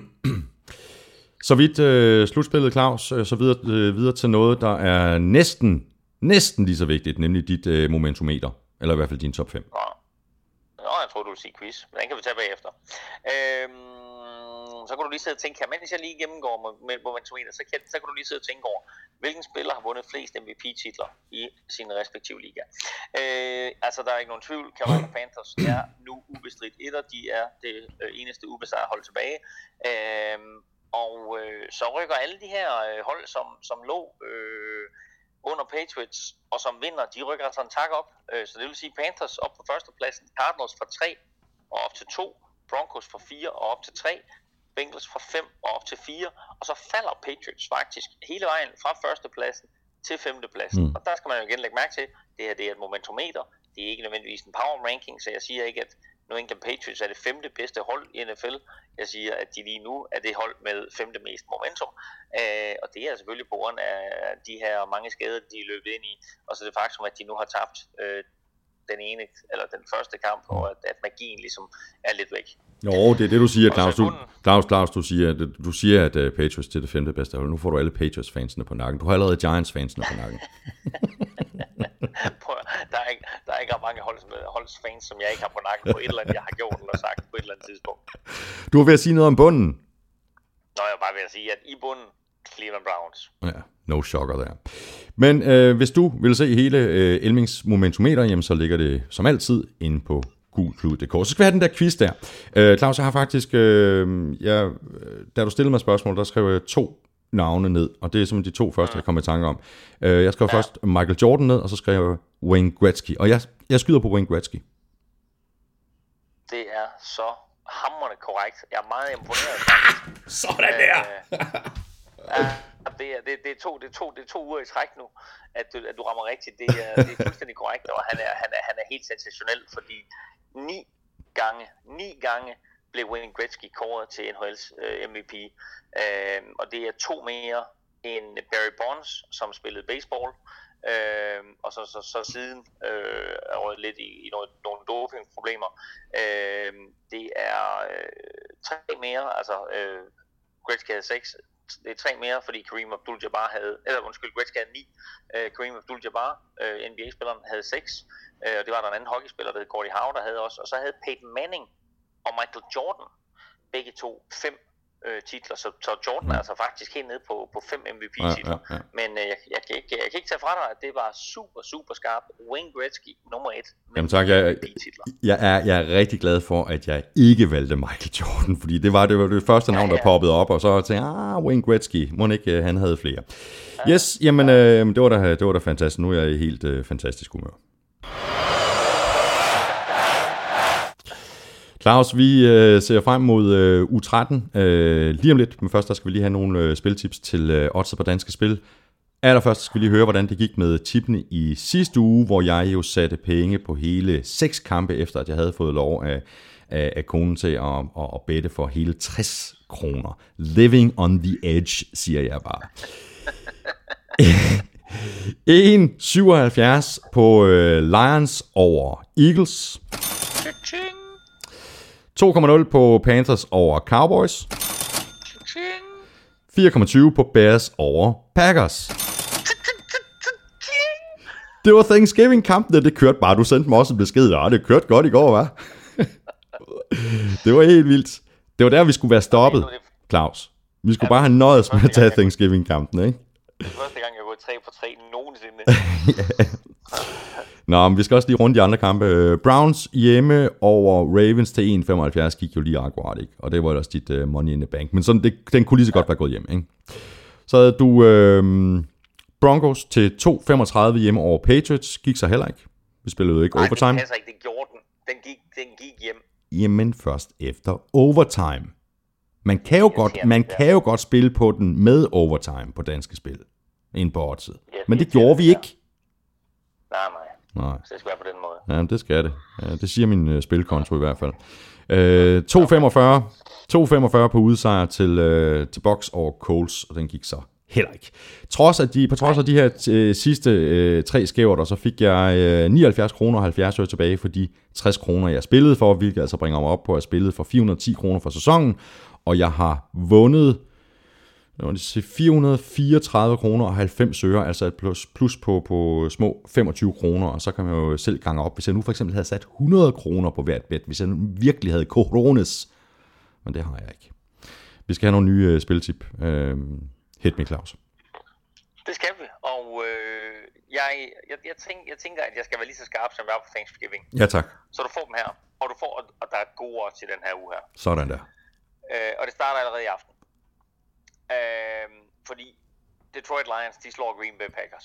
Så vidt øh, slutspillet, Claus, så videre, øh, videre til noget, der er næsten, næsten lige så vigtigt, nemlig dit øh, momentometer. Eller i hvert fald din top fem.
Nå, Nå jeg tror du vil sige quiz, men den kan vi tage bagefter. Øhm... Så kan du lige sidde og tænke her, mens jeg lige gennemgår med momentometer, så kan, så kan du lige sidde og tænke over, hvilken spiller har vundet flest M V P-titler i sine respektive liga. Øh, altså, der er ikke nogen tvivl. Carolina Panthers er nu ubestridt etter. De er det øh, eneste ubesejrede hold tilbage. Øh, og øh, så rykker alle de her øh, hold, som, som lå øh, under Patriots, og som vinder, de rykker altså en tak op. Øh, så det vil sige Panthers op på førstepladsen, Cardinals fra tre og op til to, Broncos fra fire og op til tre, Bengals fra fem og op til fire, og så falder Patriots faktisk hele vejen fra førstepladsen til femtepladsen. Mm. Og der skal man jo igen lægge mærke til, det her det er et momentometer, det er ikke nødvendigvis en power ranking, så jeg siger ikke, at New England Patriots er det femte bedste hold i N F L. Jeg siger, at de lige nu er det hold med femte mest momentum. Øh, og det er selvfølgelig på grund af de her mange skader, de er løbet ind i, og så det faktum, at de nu har tabt øh, den ene, eller den første kamp, og at, at magien ligesom er lidt væk.
Jo, det er det, du siger, Claus. Du, Claus, Claus, du siger, at, du siger, at uh, Patriots det er det femte bedste hold. Nu får du alle Patriots-fansene på nakken. Du har allerede Giants-fansene på nakken.
der, er ikke, der er ikke mange holds, holdsfans, som jeg ikke har på nakken på et eller andet, jeg har gjort eller sagt på et eller andet tidspunkt.
Du var ved at sige noget om bunden.
Nå, jeg var bare ved at sige, at i bunden, Cleveland Browns.
Ja, no shocker der. Men øh, hvis du vil se hele øh, Elmings momentometer, jamen, så ligger det som altid inde på gulklud punktum d k. Så skal vi have den der quiz der. Øh, Claus, jeg har faktisk, øh, jeg, da du stillede mig spørgsmål, der skrev jeg to navne ned, og det er simpelthen de to første, jeg kommer i tanke om. Øh, jeg skrev ja. først Michael Jordan ned, og så skrev jeg Wayne Gretzky, og jeg, jeg skyder på Wayne Gretzky.
Det er så hamrende korrekt. Jeg er meget imponeret.
Sådan der!
Ja, det er, det, det, er to, det, er to, det er to uger i træk nu, at du, at du rammer rigtigt. Det er, det er fuldstændig korrekt, og han er, han, er, han er helt sensationel, fordi ni gange, ni gange blev Wayne Gretzky kåret til N H L's øh, M V P. Øh, og det er to mere end Barry Bonds, som spillede baseball. Øh, og så, så, så siden øh, er lidt i, i nogle, nogle dopingproblemer. Øh, det er øh, tre mere, altså øh, Gretzky havde seks. Det er tre mere, fordi Kareem Abdul-Jabbar havde, eller undskyld, Gretzky havde ni. Øh, Kareem Abdul-Jabbar, øh, N B A-spilleren, havde seks. Øh, og det var der en anden hockeyspiller, der hed Gordie Howe, der havde også. Og så havde Peyton Manning og Michael Jordan begge to fem øh, titler, så, så Jordan er altså faktisk helt nede på, på fem M V P-titler. Ja, ja, ja. Men øh, jeg, jeg, kan ikke, jeg kan ikke tage fra dig, at det var super, super skarpt. Wayne Gretzky, nummer et.
Jamen tak, jeg, jeg, er, jeg er rigtig glad for, at jeg ikke valgte Michael Jordan, fordi det var det, var det første navn, ja, ja. der poppede op, og så tænkte jeg, ah, Wayne Gretzky, må ikke, han havde flere. Ja, yes, jamen, øh, det, var da, det var da fantastisk. Nu er jeg i helt øh, fantastisk humør. Claus, vi øh, ser frem mod øh, U tretten øh, lige om lidt, men først der skal vi lige have nogle øh, spiltips til øh, Odds på Danske Spil. Allerførst skal vi lige høre, hvordan det gik med tippene i sidste uge, hvor jeg jo satte penge på hele seks kampe, efter at jeg havde fået lov af, af, af konen til at, at, at bette for hele tres kroner. Living on the edge, siger jeg bare. en komma syvoghalvfjerds på øh, Lions over Eagles. to komma nul på Panthers over Cowboys. fire komma tyve på Bears over Packers. Det var Thanksgiving-kampen, det kørte bare. Du sendte mig også en besked. Ja, det kørte godt i går, hva'? Det var helt vildt. Det var der, vi skulle være stoppet, Claus. Vi skulle bare have nøjes med at tage Thanksgiving-kampen, ikke?
Det er første gang, jeg går tre på tre nogensinde.
Ja. Nå, men vi skal også lige runde de andre kampe. Browns hjemme over Ravens til en komma femoghalvfjerds gik jo lige akkurat, ikke? Og det var også dit uh, money in the bank. Men sådan, det, den kunne lige så godt være gået hjem, ikke? Så havde du uh, Broncos til to komma femogtredive hjemme over Patriots. Gik så heller ikke. Vi spillede jo ikke
Nej,
overtime.
Nej, det ikke. Det gjorde den. Den gik, den gik hjem.
Jamen først efter overtime. Man kan jo, godt, man kan jo godt spille på den med overtime på Danske Spil. Ind på oddset. Men det gjorde vi ikke.
Nej, nej.
Nej.
Så det skal være på den måde.
Ja, det skal det. Ja, det siger min uh, spilkonto i hvert fald. Uh, to komma femogfyrre på udsejr til, uh, til Bucks over Colts, og den gik så heller ikke. Trods at de, på trods af de her uh, sidste uh, tre skæverter, så fik jeg uh, nioghalvfjerds kroner og halvfjerds øre tilbage for de tres kroner, jeg spillede for, hvilket altså bringer mig op på at spille for fire hundrede og ti kroner for sæsonen, og jeg har vundet fire hundrede og fireogtredive kroner og halvfems øre, altså et plus, plus på, på små femogtyve kroner, og så kan man jo selv gange op, hvis jeg nu for eksempel havde sat hundrede kroner på hvert bet, hvis jeg virkelig havde coronas, men det har jeg ikke. Vi skal have nogle nye uh, spiltip. Uh, hit me, Claus.
Det skal vi, og øh, jeg, jeg, jeg, tænker, jeg tænker, at jeg skal være lige så skarp, som jeg var på Thanksgiving.
Ja, tak.
Så du får dem her, og du får, og der er gode til den her uge her.
Sådan der.
Øh, og det starter allerede i aften. Øh, fordi Detroit Lions, de slår Green Bay Packers.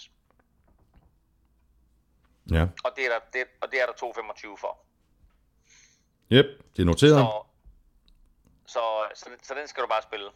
Ja.
Og det er der, det, og det er der to komma femogtyve for.
Yep, det er noteret.
Så, så, så, så den skal du bare spille.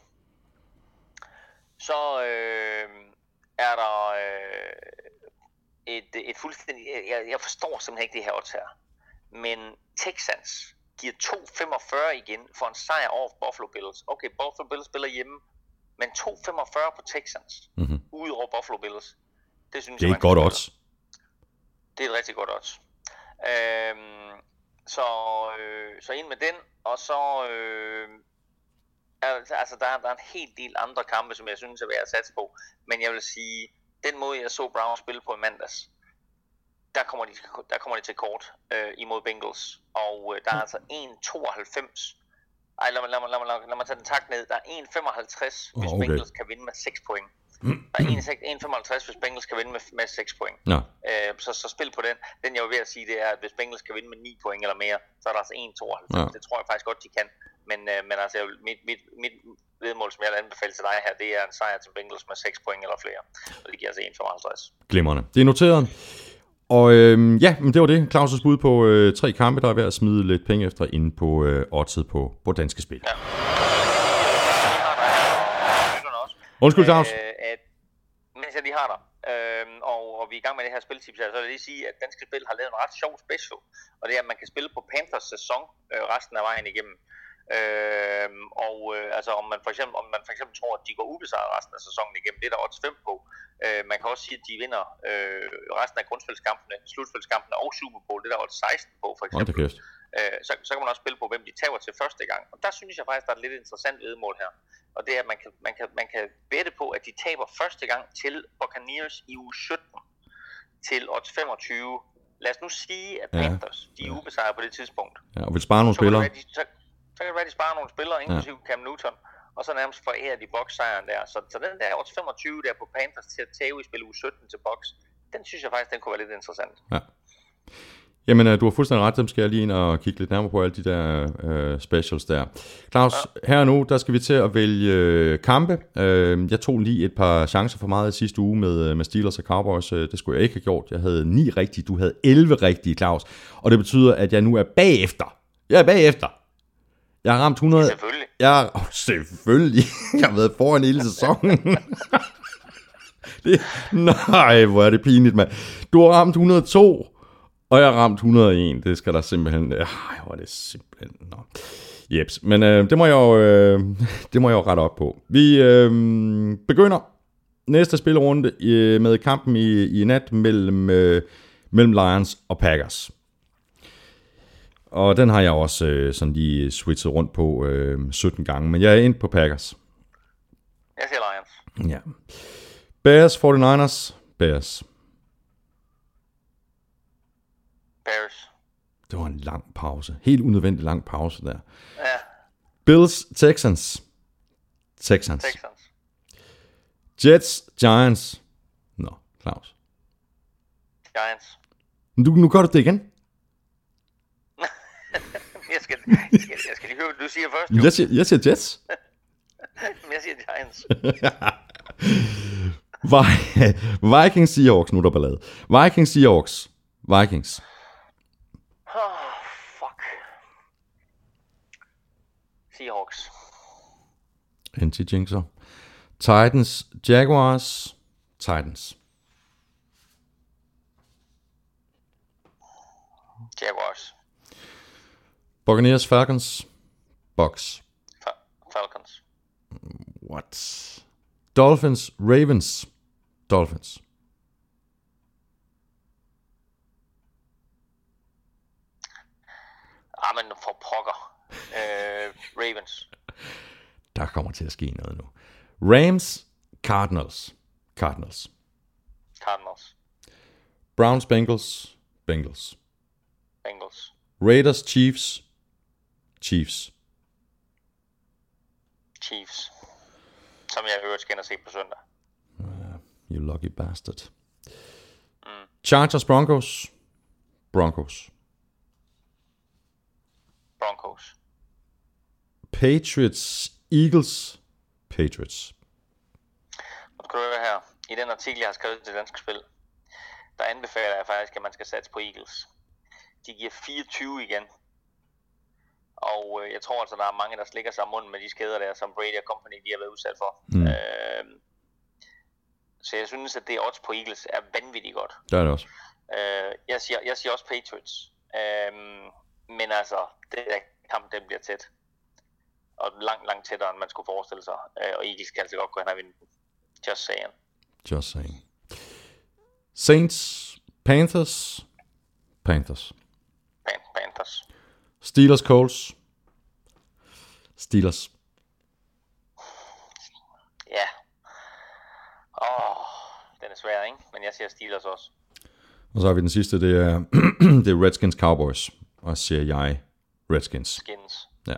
Så øh, er der øh, et, et fuldstændig... Jeg, jeg forstår simpelthen ikke det her odds her. Men Texans giver to komma femogfyrre igen for en sejr over Buffalo Bills. Okay, Buffalo Bills spiller hjemme. Men to komma femogfyrre på Texans, mm-hmm. ude over Buffalo Bills. Det synes
det er
jeg,
et godt odds.
Det er et rigtig godt odds. Øhm, så, øh, så ind med den, og så... Øh, altså, der er, der er en hel del andre kampe, som jeg synes er værd at satse på. Men jeg vil sige, den måde, jeg så Browns spille på i mandags, der kommer de, der kommer de til kort øh, imod Bengals. Og øh, der er altså en komma tooghalvfems. Ej, lad mig, lad, mig, lad, mig, lad mig tage den tak ned. Der er en komma femoghalvtreds, hvis okay. Bengals kan vinde med seks point. Der er en komma femoghalvtreds, hvis Bengals kan vinde med, med seks point. Ja. Øh, så, så spil på den. Den jeg vil ved at sige, det er, at hvis Bengals kan vinde med ni point eller mere, så er der altså en komma tooghalvfems. Ja. Det tror jeg faktisk godt, de kan. Men, øh, men altså, mit, mit, mit,
vedmål, som jeg vil anbefale til dig her, det er en sejr til Bengals med seks point eller flere. Og det giver altså en komma femoghalvtreds.
Glimrende. Det er noteret. Og øhm, ja, men det var det. Claus' bud på øh, tre kampe, der er værd at smide lidt penge efter inde på øh, oddset på, på Danske Spil.
Ja.
Undskyld, Claus.
Øh, at, mens jeg lige har dig, øh, og, og vi er i gang med det her spiltips her, så vil jeg lige sige, at Danske Spil har lavet en ret sjov special. Og det er, at man kan spille på Panthers sæson øh, resten af vejen igennem. Øh, og øh, altså om man for eksempel om man for eksempel tror, at de går ubesejret resten af sæsonen igennem, det er der odds fem på. Øh, man kan også sige, at de vinder øh, resten af grundspilskampene, slutspilskampene og Super Bowl, det er der odds seksten på for eksempel. Øh, så, så kan man også spille på, hvem de taber til første gang. Og der synes jeg faktisk, der er et lidt interessant vedmål her. Og det er, at man kan, man kan, man kan bette på, at de taber første gang til Buccaneers i uge sytten til odds femogtyve. Lad os nu sige, at Panthers, ja, de er ubesejret på det tidspunkt.
Ja, og vil spare nogle spillere.
De, så, så kan det være, at de sparer nogle spillere, inklusive ja. Cam Newton, og så nærmest forærer de Bucs-sejren der. Så, så den der odds femogtyve der på Panthers til at tage i spil uge sytten til Bucs, den synes jeg faktisk, den kunne være lidt interessant. Ja.
Jamen, du har fuldstændig ret, dem skal jeg lige ind og kigge lidt nærmere på alle de der øh, specials der. Claus, ja. Her nu, der skal vi til at vælge øh, kampe. Øh, jeg tog lige et par chancer for meget i sidste uge med, med Steelers og Cowboys. Det skulle jeg ikke have gjort. Jeg havde ni rigtige, du havde elleve rigtige, Claus. Og det betyder, at jeg nu er bagefter. Jeg er bagefter. Jeg har ramt hundrede...
Selvfølgelig.
Jeg... Oh, selvfølgelig. Jeg har været foran hele sæsonen. det... Nej, hvor er det pinligt, mand. Du har ramt hundrede og to. Og jeg har ramt hundrede og en, det skal der simpelthen... Ej, hvor er det simpelthen... Nå. Jeps, men øh, det, må jeg jo, øh, det må jeg jo rette op på. Vi øh, begynder næste spilrunde øh, med kampen i, i nat mellem, øh, mellem Lions og Packers. Og den har jeg også øh, sådan lige switchet rundt på øh, sytten gange, men jeg er ind på Packers.
Jeg siger Lions.
Ja. Bears, forty-niners, Bears.
Bears.
Det var en lang pause. Helt unødvendig lang pause der.
Ja.
Bills, Texans. Texans.
Texans.
Jets, Giants. Nå, Claus.
Giants.
Nu, nu gør du det igen.
jeg, skal, jeg, skal, jeg skal lige høre, hvad du siger først.
Jeg siger, jeg siger Jets.
jeg siger Giants.
Vikings, Seahawks. Nu er der ballade. Vikings, Seahawks. Vikings.
Oh, fuck. Seahawks.
Anti-jinxer. Titans, Jaguars. Titans.
Jaguars.
Buccaneers, Falcons. Bucks.
Fa- Falcons.
What? Dolphins, Ravens. Dolphins.
Ah, men for pokker. Uh, Ravens.
Der kommer til at ske noget nu. Rams, Cardinals. Cardinals.
Cardinals.
Browns, Bengals. Bengals.
Bengals.
Raiders, Chiefs. Chiefs.
Chiefs. Som jeg øvrigt skal ind og se på søndag.
Uh, you lucky bastard. Mm. Chargers, Broncos. Broncos.
Broncos.
Patriots, Eagles. Patriots.
Nu skal du høre her. I den artikel, jeg har skrevet til Dansk Spil, der anbefaler jeg faktisk, at man skal satse på Eagles. De giver fireogtyve igen. Og øh, jeg tror altså, der er mange, der slikker sig om munden med de skader der, som Brady og company, de har været udsat for. Mm. Øh, så jeg synes, at det odds på Eagles er vanvittigt godt.
Det er det også.
Øh, jeg, siger, jeg siger også Patriots. Øh, men altså, det der kamp, den bliver tæt. Og langt, langt tættere, end man skulle forestille sig. Øh, og Eagles kan altså godt gå hen og vinde den. Just saying.
Just saying. Saints, Panthers. Panthers.
Pan- Panthers.
Steelers, Colts. Steelers.
Ja. Åh, den er svær, ikke? Men jeg siger Steelers også.
Og så har vi den sidste, det er, det er Redskins, Cowboys. Og siger jeg Redskins.
Skins.
Ja.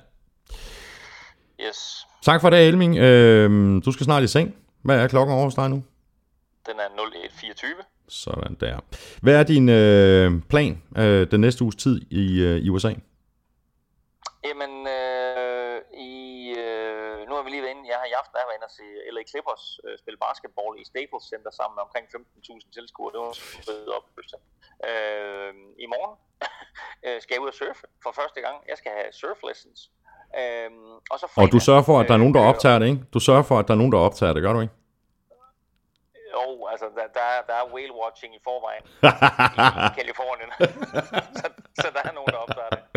Yes.
Tak for det, Elming. Øh, du skal snart i seng. Hvad er klokken over hos dig nu?
Den er nul et fireogtyve.
Sådan der. Hvad er din øh, plan øh, den næste uges tid i, øh, i U S A?
Jamen, øh, i, øh, nu har vi lige været inde. Jeg
aften er jeg inde og se L A Clippers øh, spille basketball i Staples Center sammen med omkring femten tusind tilskuere. Det var en fed oplevelse. Øh, I morgen skal jeg ud og surfe for første gang. Jeg skal have surf lessons. Øh, og, så fredag,
og du sørger for, at der er nogen, der optager det, ikke? Du sørger for, at der er nogen, der optager det, gør du ikke?
Jo, altså, der, der, er, der er whale watching i forvejen i Kalifornien. så, så der er nogen, der optager det.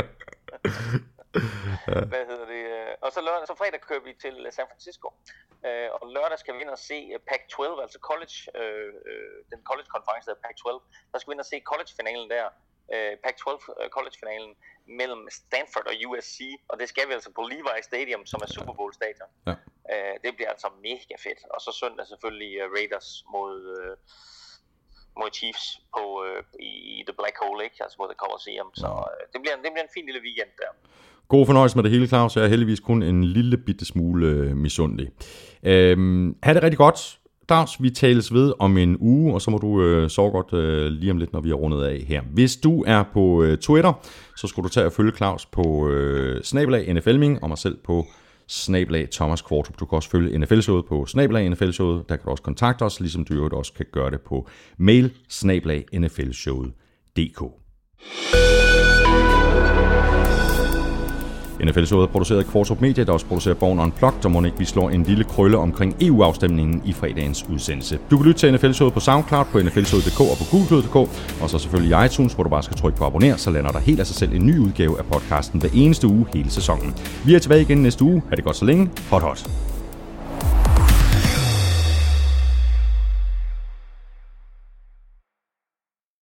Hvad hedder det? Og så, lørdag, så fredag kører vi til San Francisco. Og lørdag skal vi ind og se Pac tolv, altså college, øh, den college-konference, der er Pac tolv. Der skal vi ind og se college-finalen der. Pac tolv college-finalen mellem Stanford og U S C. Og det skal vi altså på Levi Stadium, som er Super Bowl-stadion. Ja. Det bliver altså mega fedt. Og så søndag selvfølgelig Raiders mod, mod Chiefs på, i, i The Black Hole, ikke? Altså på The Coliseum. Så det bliver, det bliver en fin lille weekend der.
God fornøjelse med det hele, Claus. Jeg er heldigvis kun en lille bitte smule øh, misundelig. Øhm, ha' det rigtig godt, Claus. Vi tales ved om en uge, og så må du øh, sove godt øh, lige om lidt, når vi er rundet af her. Hvis du er på øh, Twitter, så skal du tage og følge Claus på øh, snabel-a N F L Ming og mig selv på snabel-a Thomas Kvartrup. Du kan også følge N F L-showet på snabel-a N F L-showet. Der kan du også kontakte os, ligesom du jo også kan gøre det på mail snabel-a N F L showet punktum d k. N F L-showet er produceret af Kvartrup Media, der også producerer Born Unplugged, og må ikke vi slår en lille krølle omkring E U-afstemningen i fredagens udsendelse. Du kan lytte til N F L-showet på SoundCloud, på N F L showet punktum d k og på Google punktum d k, og så selvfølgelig i iTunes, hvor du bare skal trykke på abonner, så lander der helt af sig selv en ny udgave af podcasten hver eneste uge hele sæsonen. Vi er tilbage igen næste uge. Ha' det godt så længe. Hot hot.